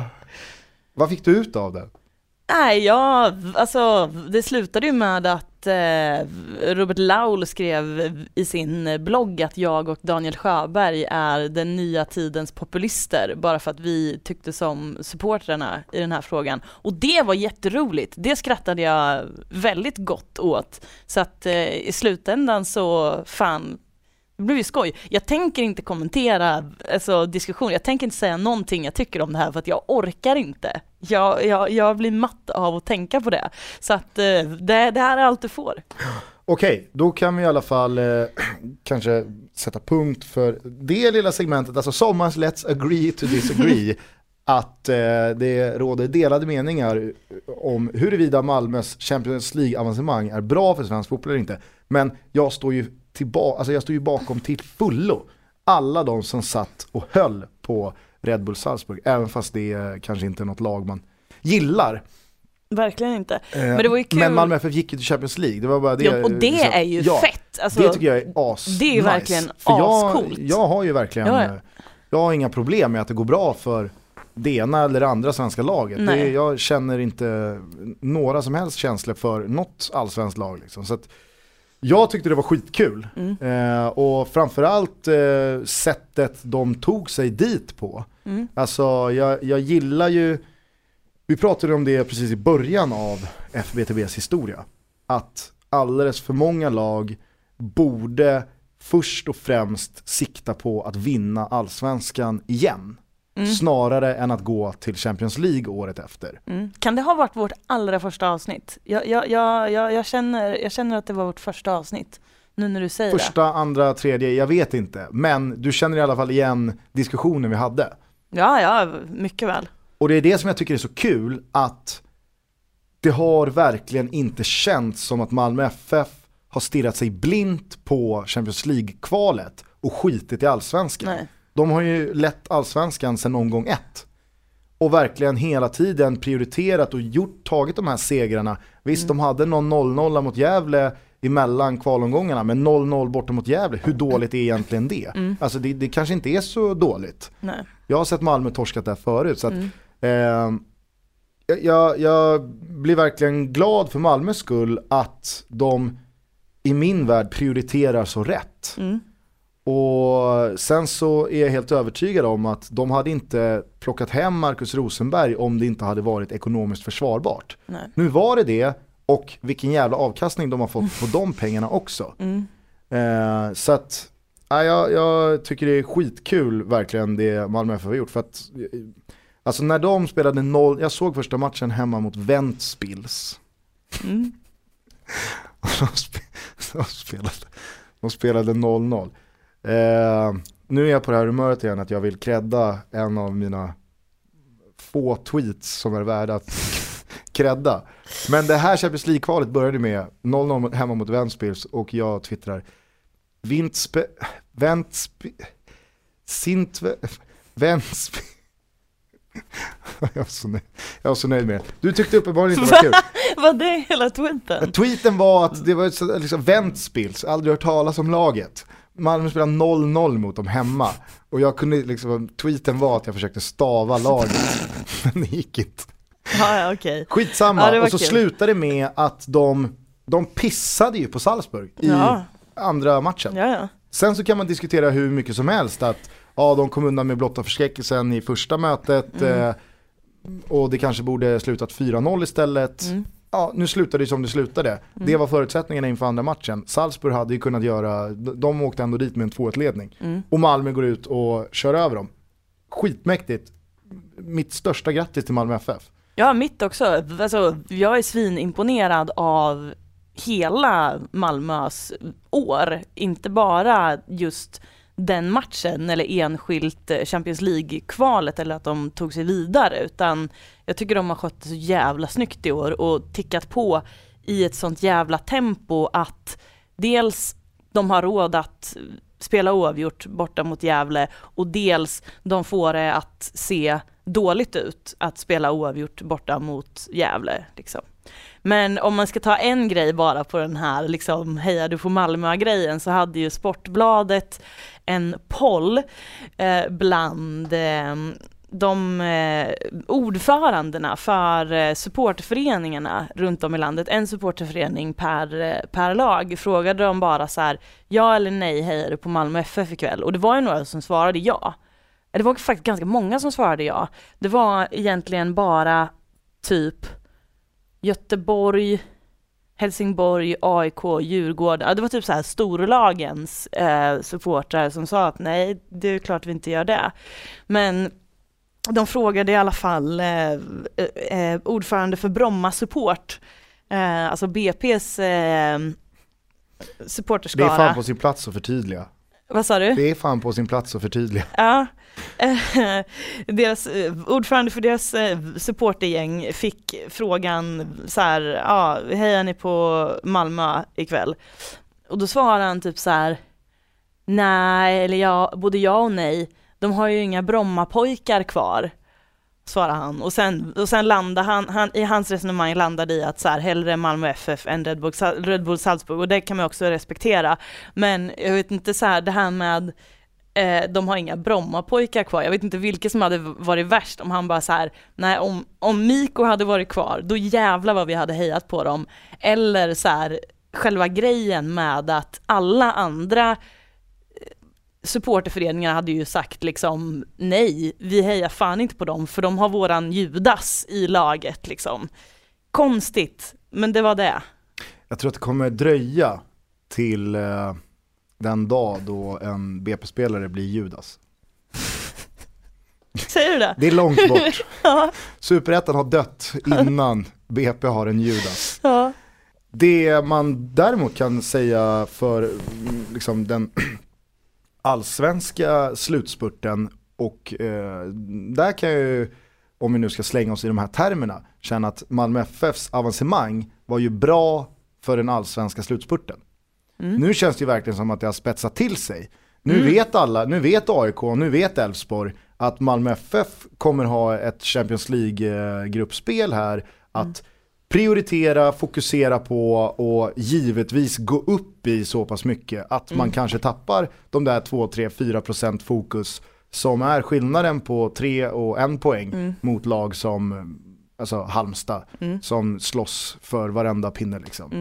Vad fick du ut av det? Nej, ja, alltså det slutade ju med att eh, Robert Laul skrev i sin blogg att jag och Daniel Sjöberg är den nya tidens populister bara för att vi tyckte som supportrarna i den här frågan. Och det var jätteroligt. Det skrattade jag väldigt gott åt. Så att eh, i slutändan så fan... Det blev ju skoj. Jag tänker inte kommentera alltså, diskussion. Jag tänker inte säga någonting jag tycker om det här för att jag orkar inte. Jag, jag, jag blir matt av att tänka på det. Så att eh, det, det här är allt du får. Okej, då kan vi i alla fall eh, kanske sätta punkt för det lilla segmentet. Alltså sommarens Let's Agree to Disagree. Att eh, det råder delade meningar om huruvida Malmös Champions League-avancemang är bra för svensk fotboll eller inte. Men jag står ju tillbaka, alltså jag står ju bakom till fullo alla de som satt och höll på Red Bull Salzburg, även fast det är kanske inte är något lag man gillar. Verkligen inte. Eh, men det var ju kul. Men Malmö F F gick ju till Champions League. Det var bara det. Ja, och det liksom, är ju ja, fett. Alltså, det tycker jag är as. Det är ju nice. verkligen ascoolt. Jag, jag har ju verkligen ja, ja. jag har inga problem med att det går bra för det ena eller det andra svenska laget. Det, jag känner inte några som helst känslor för något allsvenskt lag liksom. Så att jag tyckte det var skitkul. Mm. Eh, och framförallt eh, sättet de tog sig dit på. Mm. Alltså jag, jag gillar ju, vi pratade om det precis i början av F B T B:s historia. Att alldeles för många lag borde först och främst sikta på att vinna allsvenskan igen. Mm. Snarare än att gå till Champions League året efter. Mm. Kan det ha varit vårt allra första avsnitt? Jag, jag, jag, jag, jag, känner, jag känner att det var vårt första avsnitt. Nu när du säger första, det. andra, tredje, jag vet inte. Men du känner i alla fall igen diskussionen vi hade. Ja, ja, mycket väl. Och det är det som jag tycker är så kul. Att det har verkligen inte känts som att Malmö F F har stirrat sig blint på Champions League-kvalet och skitit i allsvenskan. Nej. De har ju lett allsvenskan sedan omgång ett. Och verkligen hela tiden prioriterat och gjort, tagit de här segrarna. Visst, mm. de hade någon noll noll mot Gävle emellan kvalomgångarna. Men noll noll borta mot Gävle, hur dåligt är egentligen det? Mm. Alltså det, det kanske inte är så dåligt. Nej. Jag har sett Malmö torskat där förut. Så att, mm. eh, jag, jag blir verkligen glad för Malmös skull att de i min värld prioriterar så rätt. Mm. Och sen så är jag helt övertygad om att de hade inte plockat hem Marcus Rosenberg om det inte hade varit ekonomiskt försvarbart. Nej. Nu var det det, och vilken jävla avkastning de har fått på de pengarna också. Mm. Eh, så att ja, jag, jag tycker det är skitkul verkligen det Malmö F F har gjort. För att, alltså när de spelade noll, jag såg första matchen hemma mot Ventspils. Mm. de, sp- de, spelade, de spelade noll noll. Eh, nu är jag på det här humöret igen att jag vill credda en av mina få tweets som är värda att credda. Men det här Champions League-kvalet började med noll noll hemma mot Ventspils, och jag twittrar Vintspe... Ventspe... Sintve... Ventspe... jag, var så nöjd. jag var så nöjd med det. Du tyckte uppenbarligen inte det var kul. Var det hela tweeten? Tweeten var att det var så, liksom Ventspils, aldrig hört talas om laget. Malmö spelade noll noll mot dem hemma. Och jag kunde liksom, tweeten var att jag försökte stava laget. Men det gick inte. Ja, ja, okej. Skitsamma, Ja, och så kul. slutade det med att de, de pissade ju på Salzburg i Ja. andra matchen. Ja, ja. Sen så kan man diskutera hur mycket som helst att ja, de kom undan med blotta förskräckelsen i första mötet Mm. eh, och det kanske borde slutat fyra noll istället. Mm. Ja, nu slutade det som det slutade. Mm. Det var förutsättningarna inför andra matchen. Salzburg hade ju kunnat göra, de åkte ändå dit med en två ett-ledning. Mm. Och Malmö går ut och kör över dem. Skitmäktigt. Mitt största grattis till Malmö F F. Ja, mitt också. Alltså, jag är svinimponerad av hela Malmös år. Inte bara just den matchen eller enskilt Champions League-kvalet eller att de tog sig vidare, utan jag tycker de har skött det så jävla snyggt i år och tickat på i ett sånt jävla tempo att dels de har råd att spela oavgjort borta mot Gävle, och dels de får det att se dåligt ut att spela oavgjort borta mot Gävle liksom. Men om man ska ta en grej bara på den här liksom, heja du får Malmö-grejen, så hade ju Sportbladet en poll eh, bland eh, de eh, ordförandena för eh, supporterföreningarna runt om i landet. En supporterförening per, eh, per lag frågade de bara så här: ja eller nej, hejar du på Malmö F F ikväll? Och det var ju några som svarade ja. Det var faktiskt ganska många som svarade ja. Det var egentligen bara typ Göteborg, Helsingborg, A I K, Djurgården. Ja, det var typ så här storlagens eh, supportrar som sa att nej, det är klart vi inte gör det. Men de frågade i alla fall eh, eh, ordförande för Bromma Support, eh, alltså B P:s eh, supporterskara. Det är fan på sin plats att förtydliga. Vad sa du? Det är fan på sin plats att förtydliga. Ja, deras, ordförande för deras supportergäng fick frågan så här: ja, hejar ni på Malmö ikväll? Och då svarade han typ så här: nej, eller ja, både ja och nej. De har ju inga Brommapojkar kvar, svarade han. Och sen, och sen landade han, han, i hans resonemang landade i att så här, hellre Malmö F F än Red Bull, Red Bull Salzburg, och det kan man också respektera. Men jag vet inte så här, det här med eh, de har inga Brommapojkar kvar. Jag vet inte vilket som hade varit värst, om han bara så här: nej, om, om Mikko hade varit kvar, då jävlar vad vi hade hejat på dem. Eller så här, själva grejen med att alla andra supporterföreningar hade ju sagt liksom nej, vi hejar fan inte på dem för de har våran Judas i laget liksom. Konstigt, men det var det. Jag tror att det kommer dröja till eh, den dag då en B P-spelare blir Judas. Säger du det? Det är långt bort. Ja. Superettan har dött innan B P har en Judas. Ja. Det man däremot kan säga för liksom den allsvenska slutspurten, och eh, där kan jag ju, om vi nu ska slänga oss i de här termerna, känna att Malmö F F:s avancemang var ju bra för den allsvenska slutspurten. Mm. Nu känns det ju verkligen som att det har spetsat till sig. Nu mm. vet alla, nu vet A I K, nu vet Elfsborg att Malmö F F kommer ha ett Champions League-gruppspel här att mm. prioritera, fokusera på och givetvis gå upp i så pass mycket att mm. man kanske tappar de där två, tre, fyra procent fokus som är skillnaden på tre och en poäng mm. mot lag som alltså Halmstad mm. som slåss för varenda pinne liksom. Mm.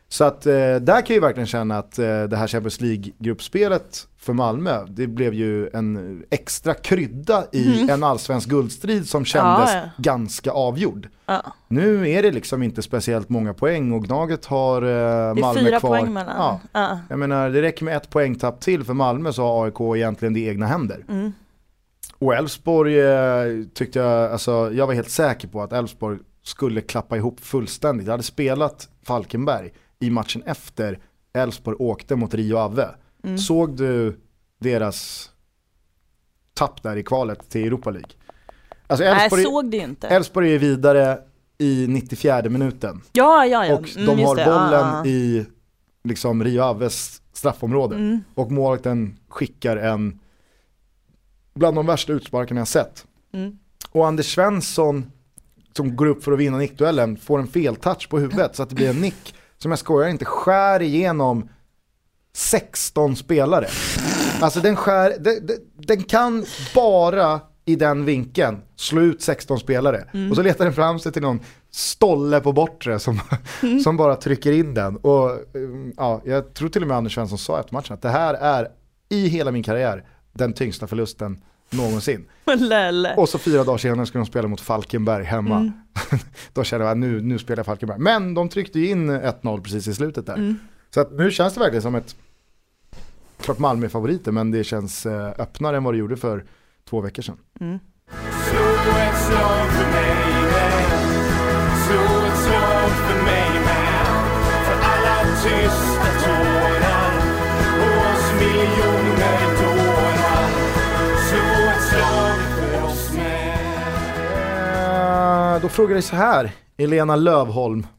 Så att eh, där kan jag ju verkligen känna att eh, det här Champions League-gruppspelet för Malmö, det blev ju en extra krydda i mm. en allsvensk guldstrid som kändes ja, ja. ganska avgjord. Ja. Nu är det liksom inte speciellt många poäng och Gnaget har eh, Malmö kvar. Det är fyra poäng mellan. Ja. Ja. Jag menar, det räcker med ett poängtapp till för Malmö så har A I K egentligen det egna händer. Mm. Och Elfsborg eh, tyckte jag, alltså jag var helt säker på att Elfsborg skulle klappa ihop fullständigt. Jag hade spelat Falkenberg i matchen efter Elfsborg åkte mot Rio Ave. Mm. Såg du deras tapp där i kvalet till Europa League? Alltså Elfsborg, Nej, såg det inte. Elfsborg är vidare i nittiofjärde minuten. Ja, ja, ja. Och de mm, har bollen ah. i liksom Rio Aves straffområde. Mm. Och målvakten skickar en bland de värsta utsparkarna jag sett. Mm. Och Anders Svensson som går upp för att vinna nickduellen får en feltouch på huvudet så att det blir en nick som jag skojar inte skär igenom sexton spelare. Alltså den skär den, den kan bara i den vinkeln slå ut sexton spelare. Mm. Och så letar den fram sig till någon stolle på bortre som, mm. som bara trycker in den. Och ja, jag tror till och med Anders Svensson sa efter matchen att det här är i hela min karriär den tyngsta förlusten någonsin. Lele. Och så fyra dagar senare skulle de spela mot Falkenberg hemma. Mm. Då kände jag att nu, nu spelar Falkenberg. Men de tryckte in ett noll precis i slutet där. Mm. Så att nu känns det verkligen som ett klart Malmö-favoriter, men det känns eh, öppnare än vad det gjorde för två veckor sedan. Mm. Slå ett slag för mig med. Slå ett slag för mig med. För alla tysta tårar och oss miljoner tårar. Slå ett slag för oss med. Uh, då frågar jag så här, Elena Lövholm.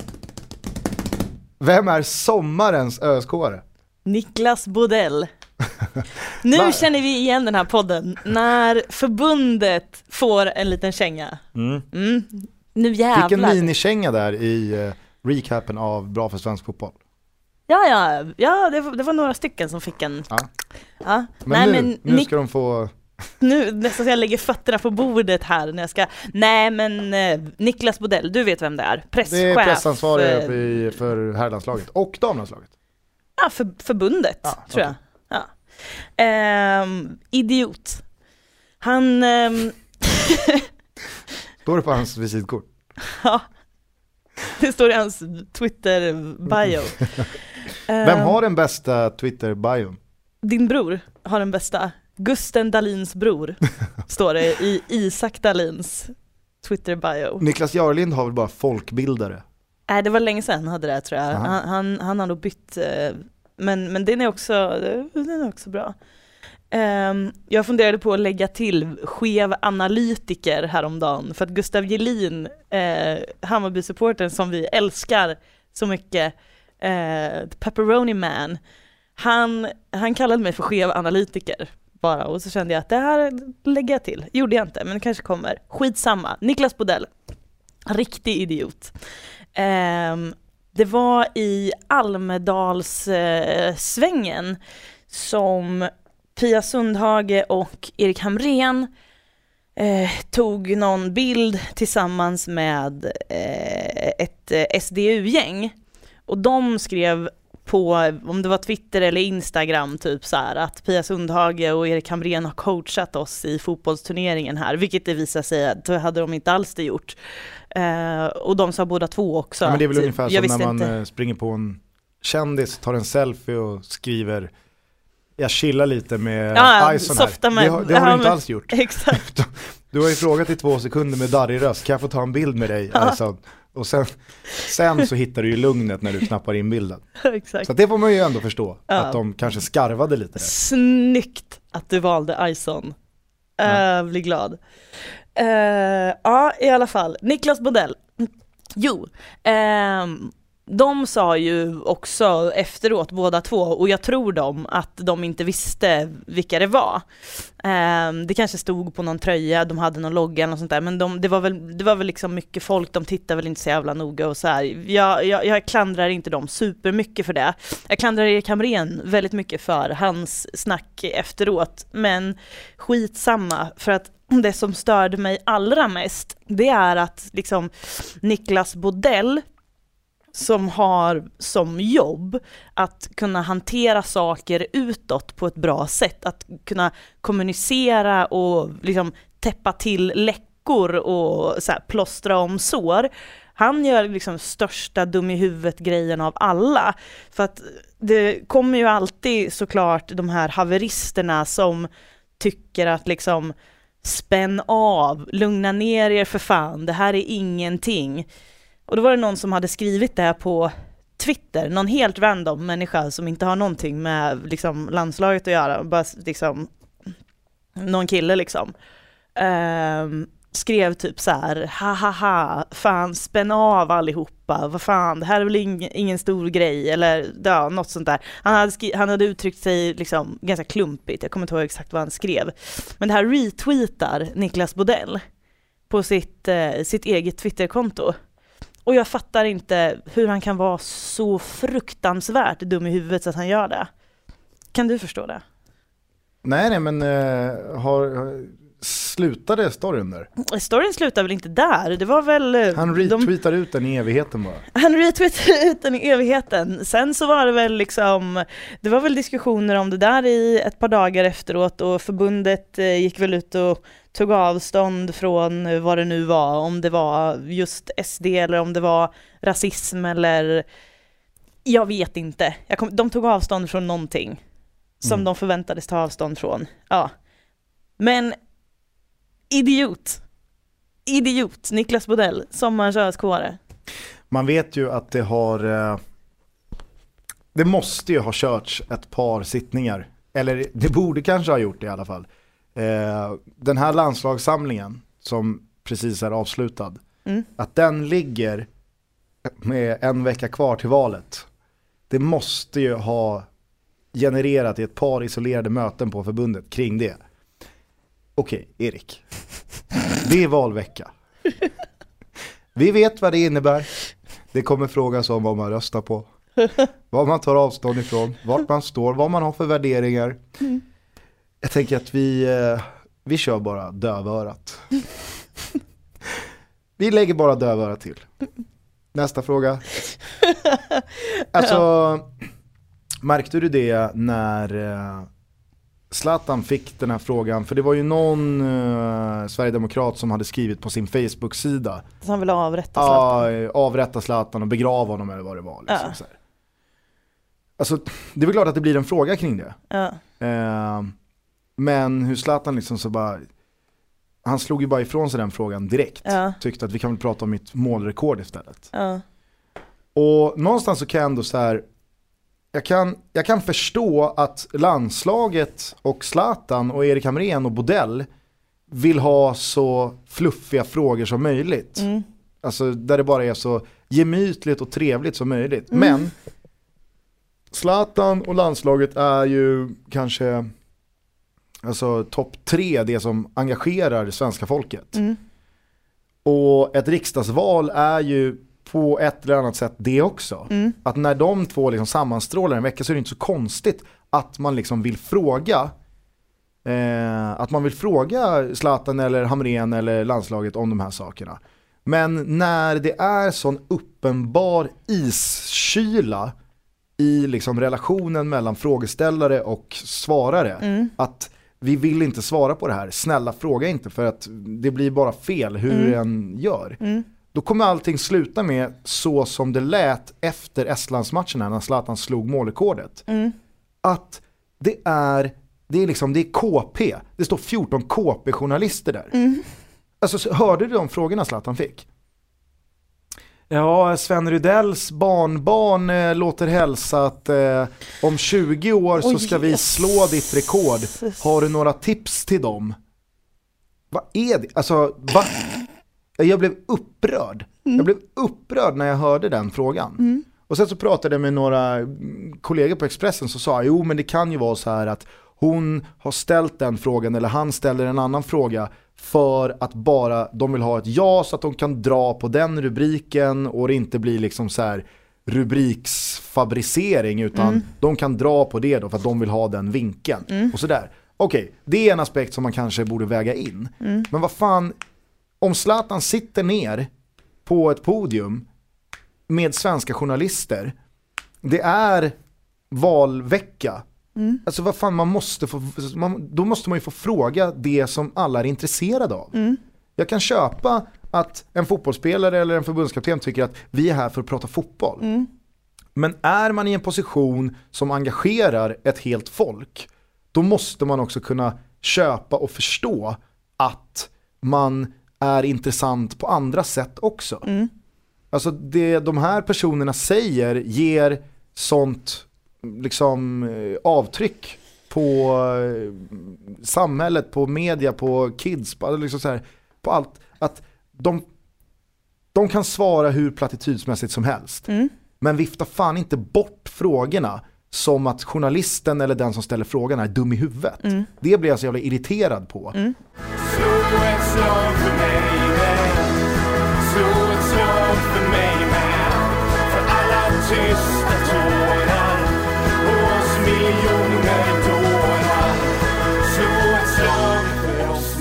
Vem är sommarens ÖSK-are? Niklas Bodell. Nu känner vi igen den här podden när förbundet får en liten känga. Mm. Mm. Nu jävlar. Fick en minikänga där i uh, recapen av Bra för svensk fotboll. Ja, ja, ja det, var, det var några stycken som fick en. Ja. Ja. Men, Nej, nu, men nu ska Nik- de få... Nu nästan så jag lägger fötterna på bordet här när jag ska... Nej, men eh, Niklas Bodell, du vet vem det är. Presschef. Det är pressansvarig för, för herrlandslaget och damlandslaget. Ja, för, förbundet, ja, tror okay. jag. Ja. Ehm, idiot. Han... Ehm... Står det på hans visitkort? Ja. Det står i hans Twitter-bio. Vem har den bästa Twitter-bion? Din bror har den bästa. Gusten Dahlins bror står det i Isak Dahlins Twitter-bio. Niklas Jarlind har väl bara folkbildare? Nej, det var länge sedan han hade det, tror jag. Han, han, han har nog bytt... Men, men den är också, den är också bra. Um, jag funderade på att lägga till skev analytiker häromdagen. För att Gustav Gelin, eh, Hammarby-supporten som vi älskar så mycket, eh, Pepperoni Man, han, han kallade mig för skev analytiker. Bara. Och så kände jag att det här lägger jag till. Gjorde jag inte, men det kanske kommer. Skitsamma. Niklas Bodell. Riktig idiot. Um, det var i Almedalssvängen uh, som Pia Sundhage och Erik Hamrén uh, tog någon bild tillsammans med uh, ett uh, S D U-gäng. Och de skrev på, om det var Twitter eller Instagram, typ så här, att Pia Sundhage och Erik Hamrén har coachat oss i fotbollsturneringen här, vilket det visar sig att det hade de inte alls det gjort. Uh, och de sa båda två också. Ja, men det är väl att, ungefär som när man inte. springer på en kändis, tar en selfie och skriver jag chillar lite med ja, Ison här. Med, det har, det har ja, du inte men, alls gjort. Exakt. Du har ju frågat i två sekunder med darrig röst, kan jag få ta en bild med dig? Ja. Ison? Och sen, sen så hittar du ju lugnet när du knappar in bilden. Exakt. Så det får man ju ändå förstå. Ja. Att de kanske skarvade lite där. Snyggt att du valde Ison. Ja. Uh, blir glad. Uh, ja, i alla fall. Niklas Bodell. Jo. Um, de sa ju också efteråt båda två, och jag tror dem, att de inte visste vilka det var. Um, det kanske stod på någon tröja, de hade någon logga eller något sånt där, men de, det, var väl, det var väl liksom mycket folk, de tittade väl inte så jävla noga och så här. Jag, jag, jag klandrar inte dem supermycket för det. Jag klandrar Erik Hamrén väldigt mycket för hans snack efteråt, men skitsamma, för att det som störde mig allra mest, det är att liksom Niklas Bodell som har som jobb att kunna hantera saker utåt på ett bra sätt, att kunna kommunicera och liksom täppa till läckor och så här, plåstra om sår. Han gör liksom största dum i huvudet grejen av alla. För att det kommer ju alltid såklart de här haveristerna som tycker att liksom spänn av, lugna ner er för fan, det här är ingenting. Och då var det någon som hade skrivit det här på Twitter, någon helt random människa som inte har någonting med liksom landslaget att göra, bara liksom någon kille liksom. Um, skrev typ så här: ha ha ha, fan spänn av allihopa, vad fan, det här är väl ing- ingen stor grej, eller ja, något sånt där. Han hade, skri- han hade uttryckt sig liksom ganska klumpigt, jag kommer inte ihåg exakt vad han skrev. Men det här retweetar Niklas Bodell på sitt, eh, sitt eget Twitterkonto. Och jag fattar inte hur han kan vara så fruktansvärt dum i huvudet så att han gör det. Kan du förstå det? Nej, nej, men uh, har... slutade storyn där? Storyn slutar väl inte där. Det var väl... Han retweetar de... ut den i evigheten bara. Han retweetar ut den i evigheten. Sen så var det väl liksom... Det var väl diskussioner om det där i ett par dagar efteråt och förbundet gick väl ut och tog avstånd från vad det nu var. Om det var just S D eller om det var rasism eller... Jag vet inte. Jag kom... De tog avstånd från någonting som mm. de förväntades ta avstånd från. Ja. Men... Idiot. Idiot. Niklas Bodell, sommarkörsskåre. Man vet ju att det har... Det måste ju ha körts ett par sittningar. Eller det borde kanske ha gjort det i alla fall. Den här landslagssamlingen som precis är avslutad. Mm. Att den ligger med en vecka kvar till valet. Det måste ju ha genererat ett par isolerade möten på förbundet kring det. Okej, Erik. Det är valvecka. Vi vet vad det innebär. Det kommer frågas om vad man röstar på. Vad man tar avstånd ifrån. Vart man står. Vad man har för värderingar. Mm. Jag tänker att vi, vi kör bara dövörat. Vi lägger bara dövörat till. Nästa fråga. Alltså, ja. Märkte du det när... Zlatan fick den här frågan, för det var ju någon uh, Sverigedemokrat som hade skrivit på sin Facebook-sida. Så han ville avrätta Zlatan. Ja, uh, avrätta Zlatan och begrava honom eller vad det var. Liksom, ja. Så här. Alltså, det är väl klart att det blir en fråga kring det. Ja. Uh, men hur Zlatan liksom så bara... Han slog ju bara ifrån sig den frågan direkt. Ja. Tyckte att vi kan väl prata om mitt målrekord istället. Ja. Och någonstans så kan jag ändå så här... Jag kan, jag kan förstå att landslaget och Zlatan och Erik Hamrén och Bodell vill ha så fluffiga frågor som möjligt. Mm. Alltså där det bara är så gemytligt och trevligt som möjligt. Mm. Men Zlatan och landslaget är ju kanske alltså topp tre det som engagerar det svenska folket. Mm. Och ett riksdagsval är ju på ett eller annat sätt det också. Mm. Att när de två liksom sammanstrålar en vecka så är det inte så konstigt att man liksom vill fråga eh, att man vill fråga Zlatan eller Hamrén eller landslaget om de här sakerna. Men när det är sån uppenbar iskyla i liksom relationen mellan frågeställare och svarare mm. att vi vill inte svara på det här. Snälla fråga inte för att det blir bara fel hur mm. en gör. Mm. Då kommer allting sluta med så som det lät efter Estlandsmatchen när Zlatan slog målrekordet. Mm. Att det är det är liksom det är K P. Det står fjorton K P-journalister där. Mm. Alltså hörde du de frågorna Zlatan fick? Ja, Sven Rydells barnbarn eh, låter hälsa att eh, om tjugo år så ska oh, yes. vi slå ditt rekord. Har du några tips till dem? Vad är det? Alltså, va? Jag blev upprörd. Mm. Jag blev upprörd när jag hörde den frågan. Mm. Och sen så pratade jag med några kollegor på Expressen som sa, jo men det kan ju vara så här att hon har ställt den frågan eller han ställer en annan fråga för att bara de vill ha ett ja så att de kan dra på den rubriken och det inte blir liksom så här rubriksfabricering utan mm. de kan dra på det då för att de vill ha den vinkeln mm. och sådär. Okej, okay, det är en aspekt som man kanske borde väga in. Mm. Men vad fan, om Zlatan sitter ner på ett podium med svenska journalister, det är valvecka. Mm. Alltså vad fan, man måste få, man, då måste man ju få fråga det som alla är intresserade av. Mm. Jag kan köpa att en fotbollsspelare eller en förbundskapten tycker att vi är här för att prata fotboll. Mm. Men är man i en position som engagerar ett helt folk, då måste man också kunna köpa och förstå att man är intressant på andra sätt också. Mm. Alltså det de här personerna säger ger sånt liksom avtryck på samhället, på media, på kids, på, liksom så här, på allt. Att de, de kan svara hur plattitydsmässigt som helst. Mm. Men vifta fan inte bort frågorna som att journalisten eller den som ställer frågan är dum i huvudet. Mm. Det blir jag så jävla irriterad på. Mm. Slå ett slag för mig, man. Slå ett slag för mig, man. För alla tysta tårar och oss miljoner dårar. Slå ett slag för oss,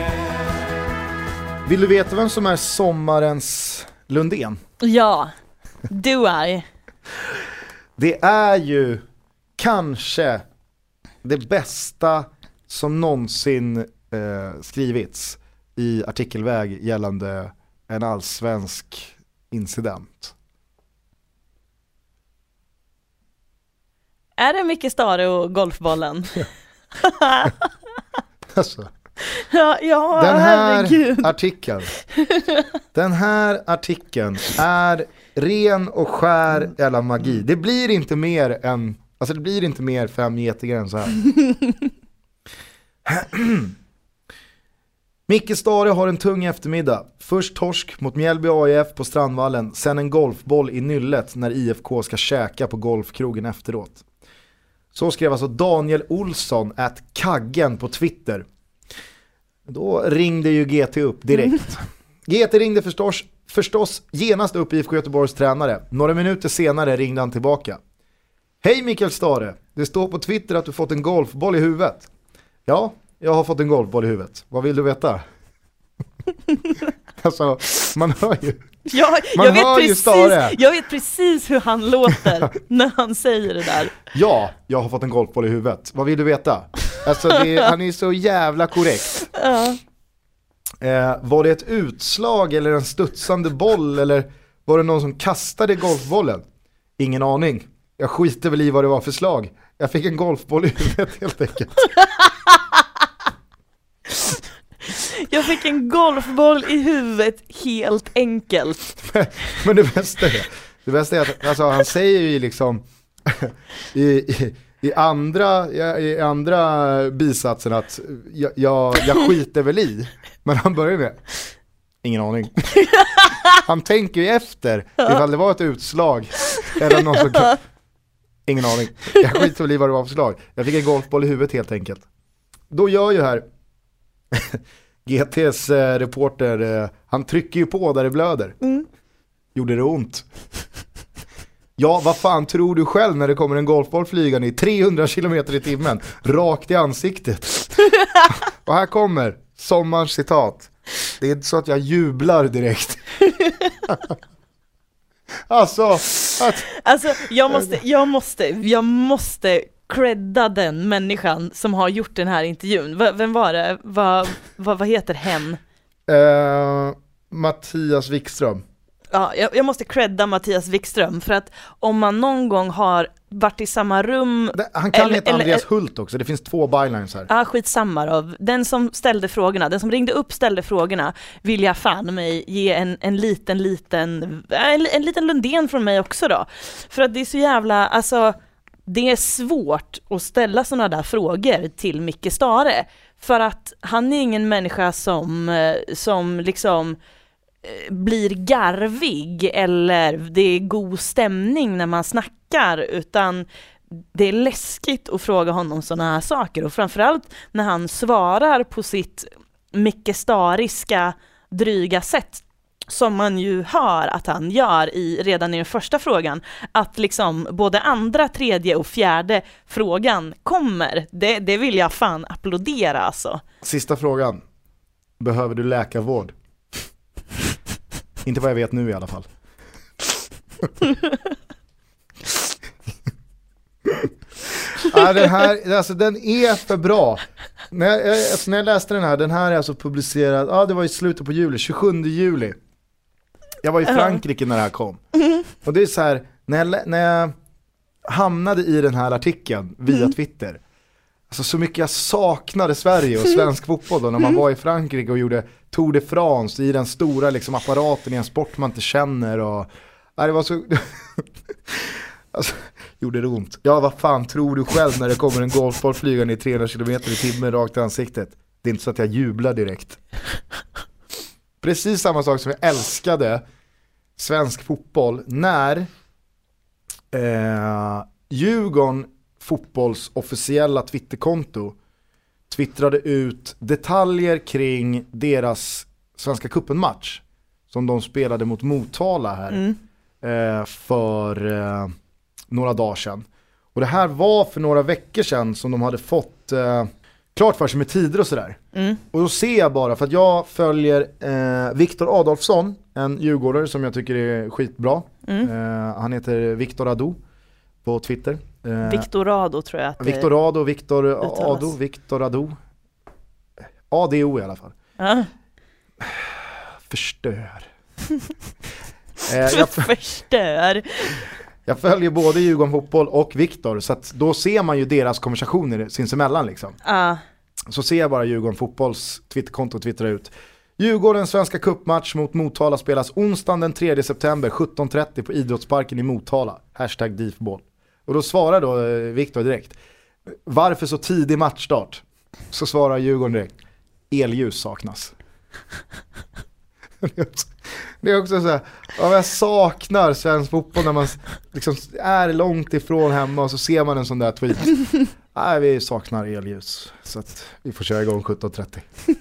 man. Vill du veta vem som är sommarens Lundén? Ja, do I. Det är ju kanske det bästa som någonsin eh, skrivits i artikelväg gällande en allsvensk incident. Är det Micke Stare och golfbollen? Alltså. Ja, ja, den här herregud. artikeln Den här artikeln är ren och skär jävla magi. Det blir inte mer än Alltså det blir inte mer fem getingar än så här. Micke Stare har en tung eftermiddag. Först torsk mot Mjällby A I F på Strandvallen. Sen en golfboll i nyllet när I F K ska käka på golfkrogen efteråt. Så skrev alltså Daniel Olsson at Kaggen på Twitter. Då ringde ju G T upp direkt. G T ringde förstås, förstås genast upp I F K Göteborgs tränare. Några minuter senare ringde han tillbaka. Hej Mikael Stare, det står på Twitter att du fått en golfboll i huvudet. Ja, jag har fått en golfboll i huvudet. Vad vill du veta? Alltså, man hör ju. Ja, man jag, vet hör precis, ju jag vet precis hur han låter när han säger det där. Ja, jag har fått en golfboll i huvudet. Vad vill du veta? Alltså, det, han är så jävla korrekt. Ja. Eh, var det ett utslag eller en studsande boll eller var det någon som kastade golfbollen? Ingen aning. Jag skiter väl i vad det var för slag. Jag fick en golfboll i huvudet helt enkelt. Jag fick en golfboll i huvudet helt enkelt. Men, men det bästa är, det bästa är att alltså, han säger ju liksom i, i, i, andra, i andra bisatsen att jag, jag, jag skiter väl i. Men han börjar med ingen aning. Han tänker ju efter ifall det var ett utslag eller någon som kan... Ingen aning. Jag skiter väl i vad det var för slag. Jag fick en golfboll i huvudet helt enkelt. Då gör ju här G T:s eh, reporter, eh, han trycker ju på där det blöder. Mm. Gjorde det ont? Ja, vad fan tror du själv när det kommer en golfboll flygande i trehundra kilometer i timmen rakt i ansiktet? Och här kommer sommarens citat. Det är inte så att jag jublar direkt. Alltså, att... alltså jag måste, jag måste, jag måste credda den människan som har gjort den här intervjun. V- vem var det? Va, va, vad heter hen? Uh, Mattias Wikström. Ja, jag, jag måste credda Mattias Wikström för att om man någon gång har varit i samma rum... Det, han kan heta Andreas eller, Hult också, det finns två bylines här. Ja, skitsamma då. Den som ställde frågorna, den som ringde upp ställde frågorna vill jag fan mig ge en, en liten, liten, en, en liten Lundén från mig också då. För att det är så jävla, alltså det är svårt att ställa sådana där frågor till Micke Stare. För att han är ingen människa som, som liksom... blir garvig eller det är god stämning när man snackar, utan det är läskigt att fråga honom sådana här saker, och framförallt när han svarar på sitt Micke Stariska dryga sätt som man ju hör att han gör i, redan i den första frågan, att liksom både andra, tredje och fjärde frågan kommer. Det, det vill jag fan applådera alltså. Sista frågan. Behöver du läkarvård? Inte vad jag vet nu i alla fall. Ja, den här, alltså den är för bra. När jag, alltså, när jag läste den här, den här är alltså publicerad, ja det var i slutet på juli, tjugosjunde juli. Jag var i Frankrike när det här kom. Och det är så här, när jag, när jag hamnade i den här artikeln via mm. Twitter, alltså så mycket jag saknade Sverige och svensk fotboll då, när man var i Frankrike och gjorde Tour de France i den stora liksom, apparaten i en sport man inte känner. Och, ja, det var så... Alltså, gjorde det ont. Ja, vad fan tror du själv när det kommer en golfboll flygande i trehundra kilometer i timmen rakt i ansiktet? Det är inte så att jag jublar direkt. Precis samma sak som jag älskade svensk fotboll när eh, Djurgården fotbolls officiella Twitterkonto twittrade ut detaljer kring deras Svenska cupen-match som de spelade mot Motala här mm. eh, för eh, några dagar sedan. Och det här var för några veckor sedan som de hade fått eh, klart för sig med tider och sådär. Mm. Och då ser jag bara, för att jag följer eh, Viktor Adolfsson, en djurgårdare som jag tycker är skitbra. Mm. Eh, han heter Viktor Ado på Twitter. Eh, Viktor Ado tror jag att Viktor Ado, Viktor Ado, Viktor Ado. A D O i alla fall. Uh. Förstör. eh, jag, Förstör. Jag följer både Djurgården fotboll och Viktor, så att då ser man ju deras konversationer sinsemellan liksom. Uh. Så ser jag bara Djurgården fotbolls Twitterkonto twittrar ut. Djurgårdens Svenska cupmatch mot Motala spelas onsdagen den tredje september sjutton trettio på Idrottsparken i Motala. Hashtag Difboll. Och då svarar då eh, Viktor direkt. Varför så tidig matchstart? Så svarar Djurgården direkt. Elljus saknas. Det är också så här, ja, jag saknar svensk fotboll när man liksom är långt ifrån hemma och så ser man en sån där tweet. Nej, vi saknar elljus, så att vi får köra igång sjutton trettio.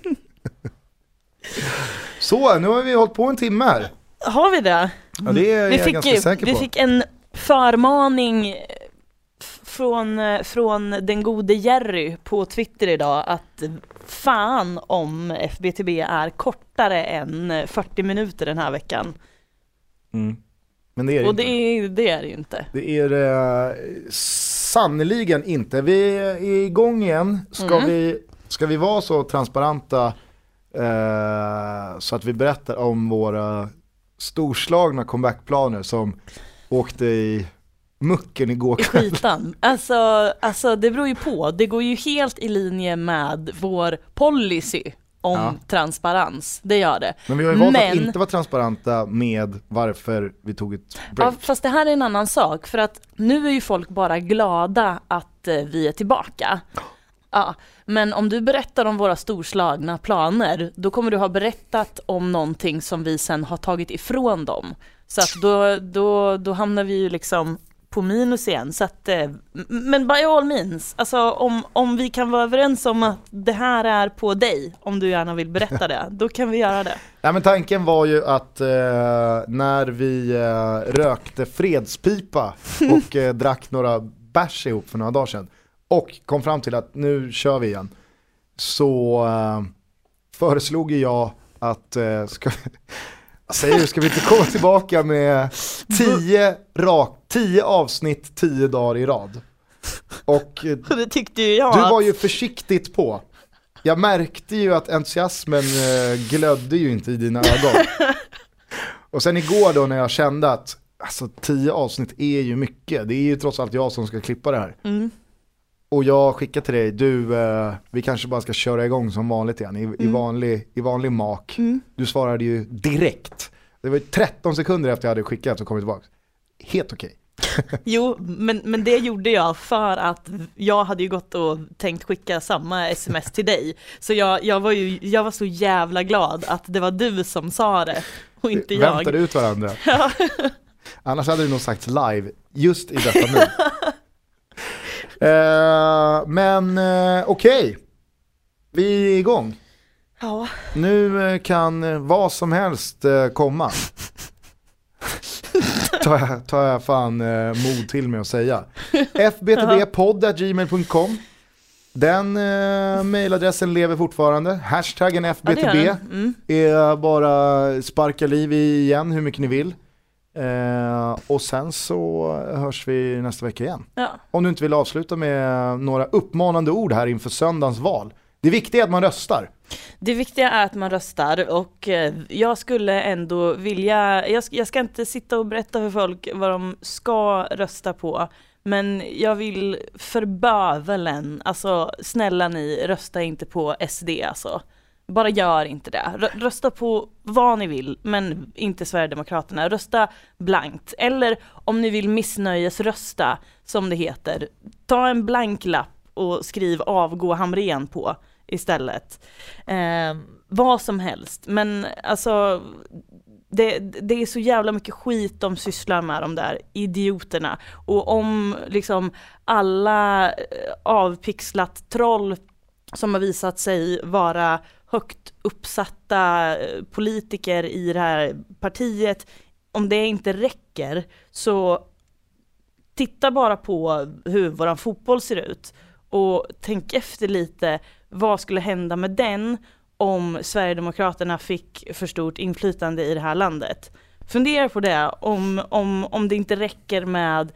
Så, nu har vi hållit på en timme här. Har vi det? Ja, det är vi jag fick, ganska säker på. Vi fick en förmaning från, från den gode Jerry på Twitter idag att fan om F B T B är kortare än fyrtio minuter den här veckan. Mm. Men det är det Och inte. Det är, det är det ju inte. Det är uh, sannoliken inte. Vi är igång igen. Ska, mm. vi, ska vi vara så transparenta uh, så att vi berättar om våra storslagna comebackplaner som åkte i mucken igår kväll. Skitan. Alltså, alltså det beror ju på. Det går ju helt i linje med vår policy om ja. transparens. Det gör det. Men vi har ju valt Men... att inte vara transparenta med varför vi tog ett break. Ja, fast det här är en annan sak. För att nu är ju folk bara glada att eh, vi är tillbaka. Ja, men om du berättar om våra storslagna planer, då kommer du ha berättat om någonting som vi sen har tagit ifrån dem. Så att då, då, då hamnar vi ju liksom på minus igen. Så att, men by all means, alltså om, om vi kan vara överens om att det här är på dig, om du gärna vill berätta det, då kan vi göra det. Ja, men tanken var ju att eh, när vi eh, rökte fredspipa och eh, drack några bärs ihop för några dagar sedan och kom fram till att nu kör vi igen, så eh, föreslog jag att eh, ska Jag säger, ska vi inte komma tillbaka med tio, rak, tio avsnitt tio dagar i rad? Och det tyckte ju jag. Du var ju försiktigt på. Jag märkte ju att entusiasmen glödde ju inte i dina ögon. Och sen igår då när jag kände att alltså, tio avsnitt är ju mycket. Det är ju trots allt jag som ska klippa det här. Mm. Och jag skickar till dig, du, eh, vi kanske bara ska köra igång som vanligt igen, i, mm. i, vanlig, i vanlig mak. Mm. Du svarade ju direkt. Det var tretton sekunder efter jag hade skickat och kommit tillbaka. Helt okej. Okay. Jo, men, men det gjorde jag för att jag hade ju gått och tänkt skicka samma sms till dig. Så jag, jag, var ju, jag var så jävla glad att det var du som sa det och inte jag. Väntade ut varandra. Ja. Annars hade du nog sagt live just i detta nu. Uh, men uh, okej, okay. Vi är igång. Ja. Nu uh, kan uh, vad som helst uh, komma. tar, jag, tar jag fan uh, mod till mig att säga. f b t b podd at gmail dot com. Den uh, mailadressen lever fortfarande. Hashtaggen F B T B ja, mm. är bara sparka liv i igen hur mycket ni vill. Eh, och sen så hörs vi nästa vecka igen. Ja. Om du inte vill avsluta med några uppmanande ord här inför söndagens val. Det viktiga är att man röstar. Det viktiga är att man röstar och eh, jag skulle ändå vilja, jag, jag ska inte sitta och berätta för folk vad de ska rösta på, men jag vill för bövelen, alltså snälla ni, rösta inte på S D alltså. Bara gör inte det. Rö- rösta på vad ni vill, men inte Sverigedemokraterna. Rösta blankt. Eller om ni vill missnöjesrösta, som det heter, ta en blank lapp och skriv avgå Hamrén på istället. Eh, vad som helst. Men alltså, det, det är så jävla mycket skit de sysslar med, de där idioterna. Och om liksom alla avpixlat troll som har visat sig vara högt uppsatta politiker i det här partiet, om det inte räcker, så titta bara på hur våran fotboll ser ut och tänk efter lite, vad skulle hända med den om Sverigedemokraterna fick för stort inflytande i det här landet. Fundera på det, om, om, om det inte räcker med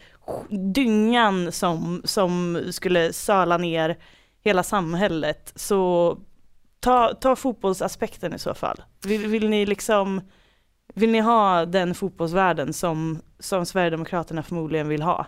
dyngan som, som skulle söla ner hela samhället, så ta, ta fotbollsaspekten i så fall. Vill, vill ni liksom vill ni ha den fotbollsvärlden som, som Sverigedemokraterna förmodligen vill ha?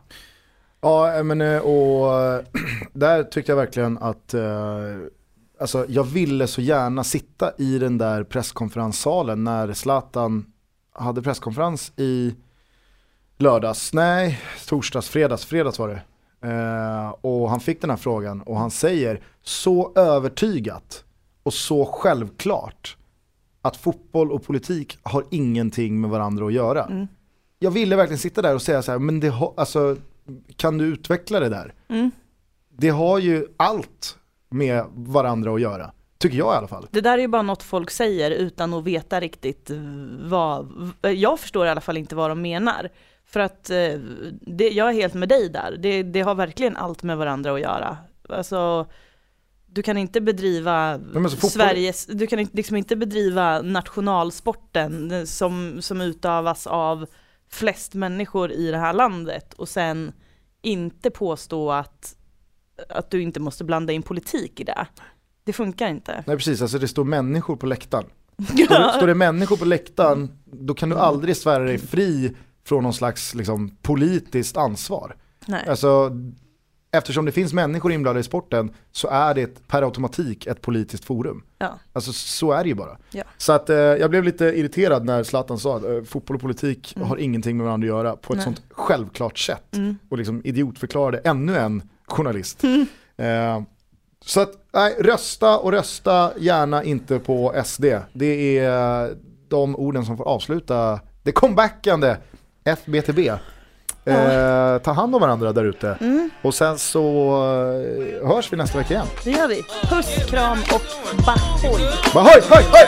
Ja, men och där tyckte jag verkligen att alltså, jag ville så gärna sitta i den där presskonferenssalen när Zlatan hade presskonferens i lördags, nej, torsdags, fredags, fredags var det. Uh, och han fick den här frågan och han säger så övertygat och så självklart att fotboll och politik har ingenting med varandra att göra. Mm. Jag ville verkligen sitta där och säga så här, men det ha, alltså, kan du utveckla det där? Mm. Det har ju allt med varandra att göra, tycker jag i alla fall. Det där är ju bara något folk säger utan att veta riktigt vad, jag förstår i alla fall inte vad de menar. För att det, jag är helt med dig där. Det, det har verkligen allt med varandra att göra. Alltså, du kan inte bedriva Sveriges, du kan liksom inte bedriva nationalsporten som, som utövas av flest människor i det här landet och sen inte påstå att, att du inte måste blanda in politik i det. Det funkar inte. Nej, precis. Alltså det står människor på läktaren. Står det, står det människor på läktaren, då kan du aldrig svära dig fri från någon slags liksom, politiskt ansvar. Nej. Alltså, eftersom det finns människor inblandade i sporten så är det per automatik ett politiskt forum. Ja. Alltså så är det ju bara. Ja. Så att eh, jag blev lite irriterad när Zlatan sa att eh, fotboll och politik mm. har ingenting med varandra att göra på ett Nej. sånt självklart sätt. Mm. Och liksom idiotförklarade ännu en journalist. Mm. Eh, så att nej, rösta och rösta gärna inte på S D. Det är de orden som får avsluta det comebackande F B T B. Ja. Eh, ta hand om varandra där ute. Mm. Och sen så eh, hörs vi nästa vecka igen. Det gör vi. Puss, kram och bahoj. Bahoj, hoj, hoj!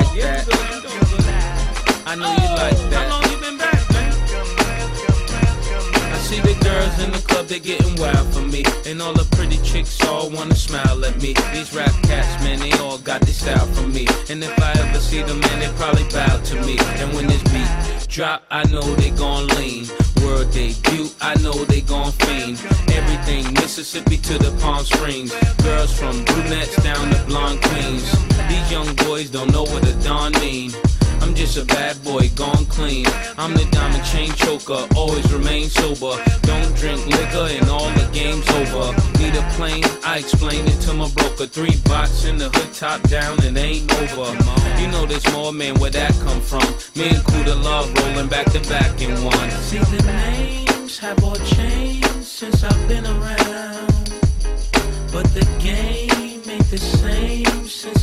I know you like that. I see the girls in the club, they're getting wild for me. And all the pretty chicks all wanna smile at me. These rap cats, man, they all got this style for me. And if I ever see them, man, they probably bow to me. And when this beat drop, I know they gon' lean. World debut, I know they gon' fiend. Everything Mississippi to the Palm Springs. Girls from brunettes down to blonde queens. These young boys don't know what a Don mean. I'm just a bad boy gone clean. I'm the diamond chain choker, always remain sober. Don't drink liquor and all the game's over. Need a plane? I explain it to my broker. Three bots in the hood, top down, and ain't over. You know there's more, man, where that come from? Me and Kuda Love rolling back to back in one. See the names have all changed since I've been around, but the game ain't the same since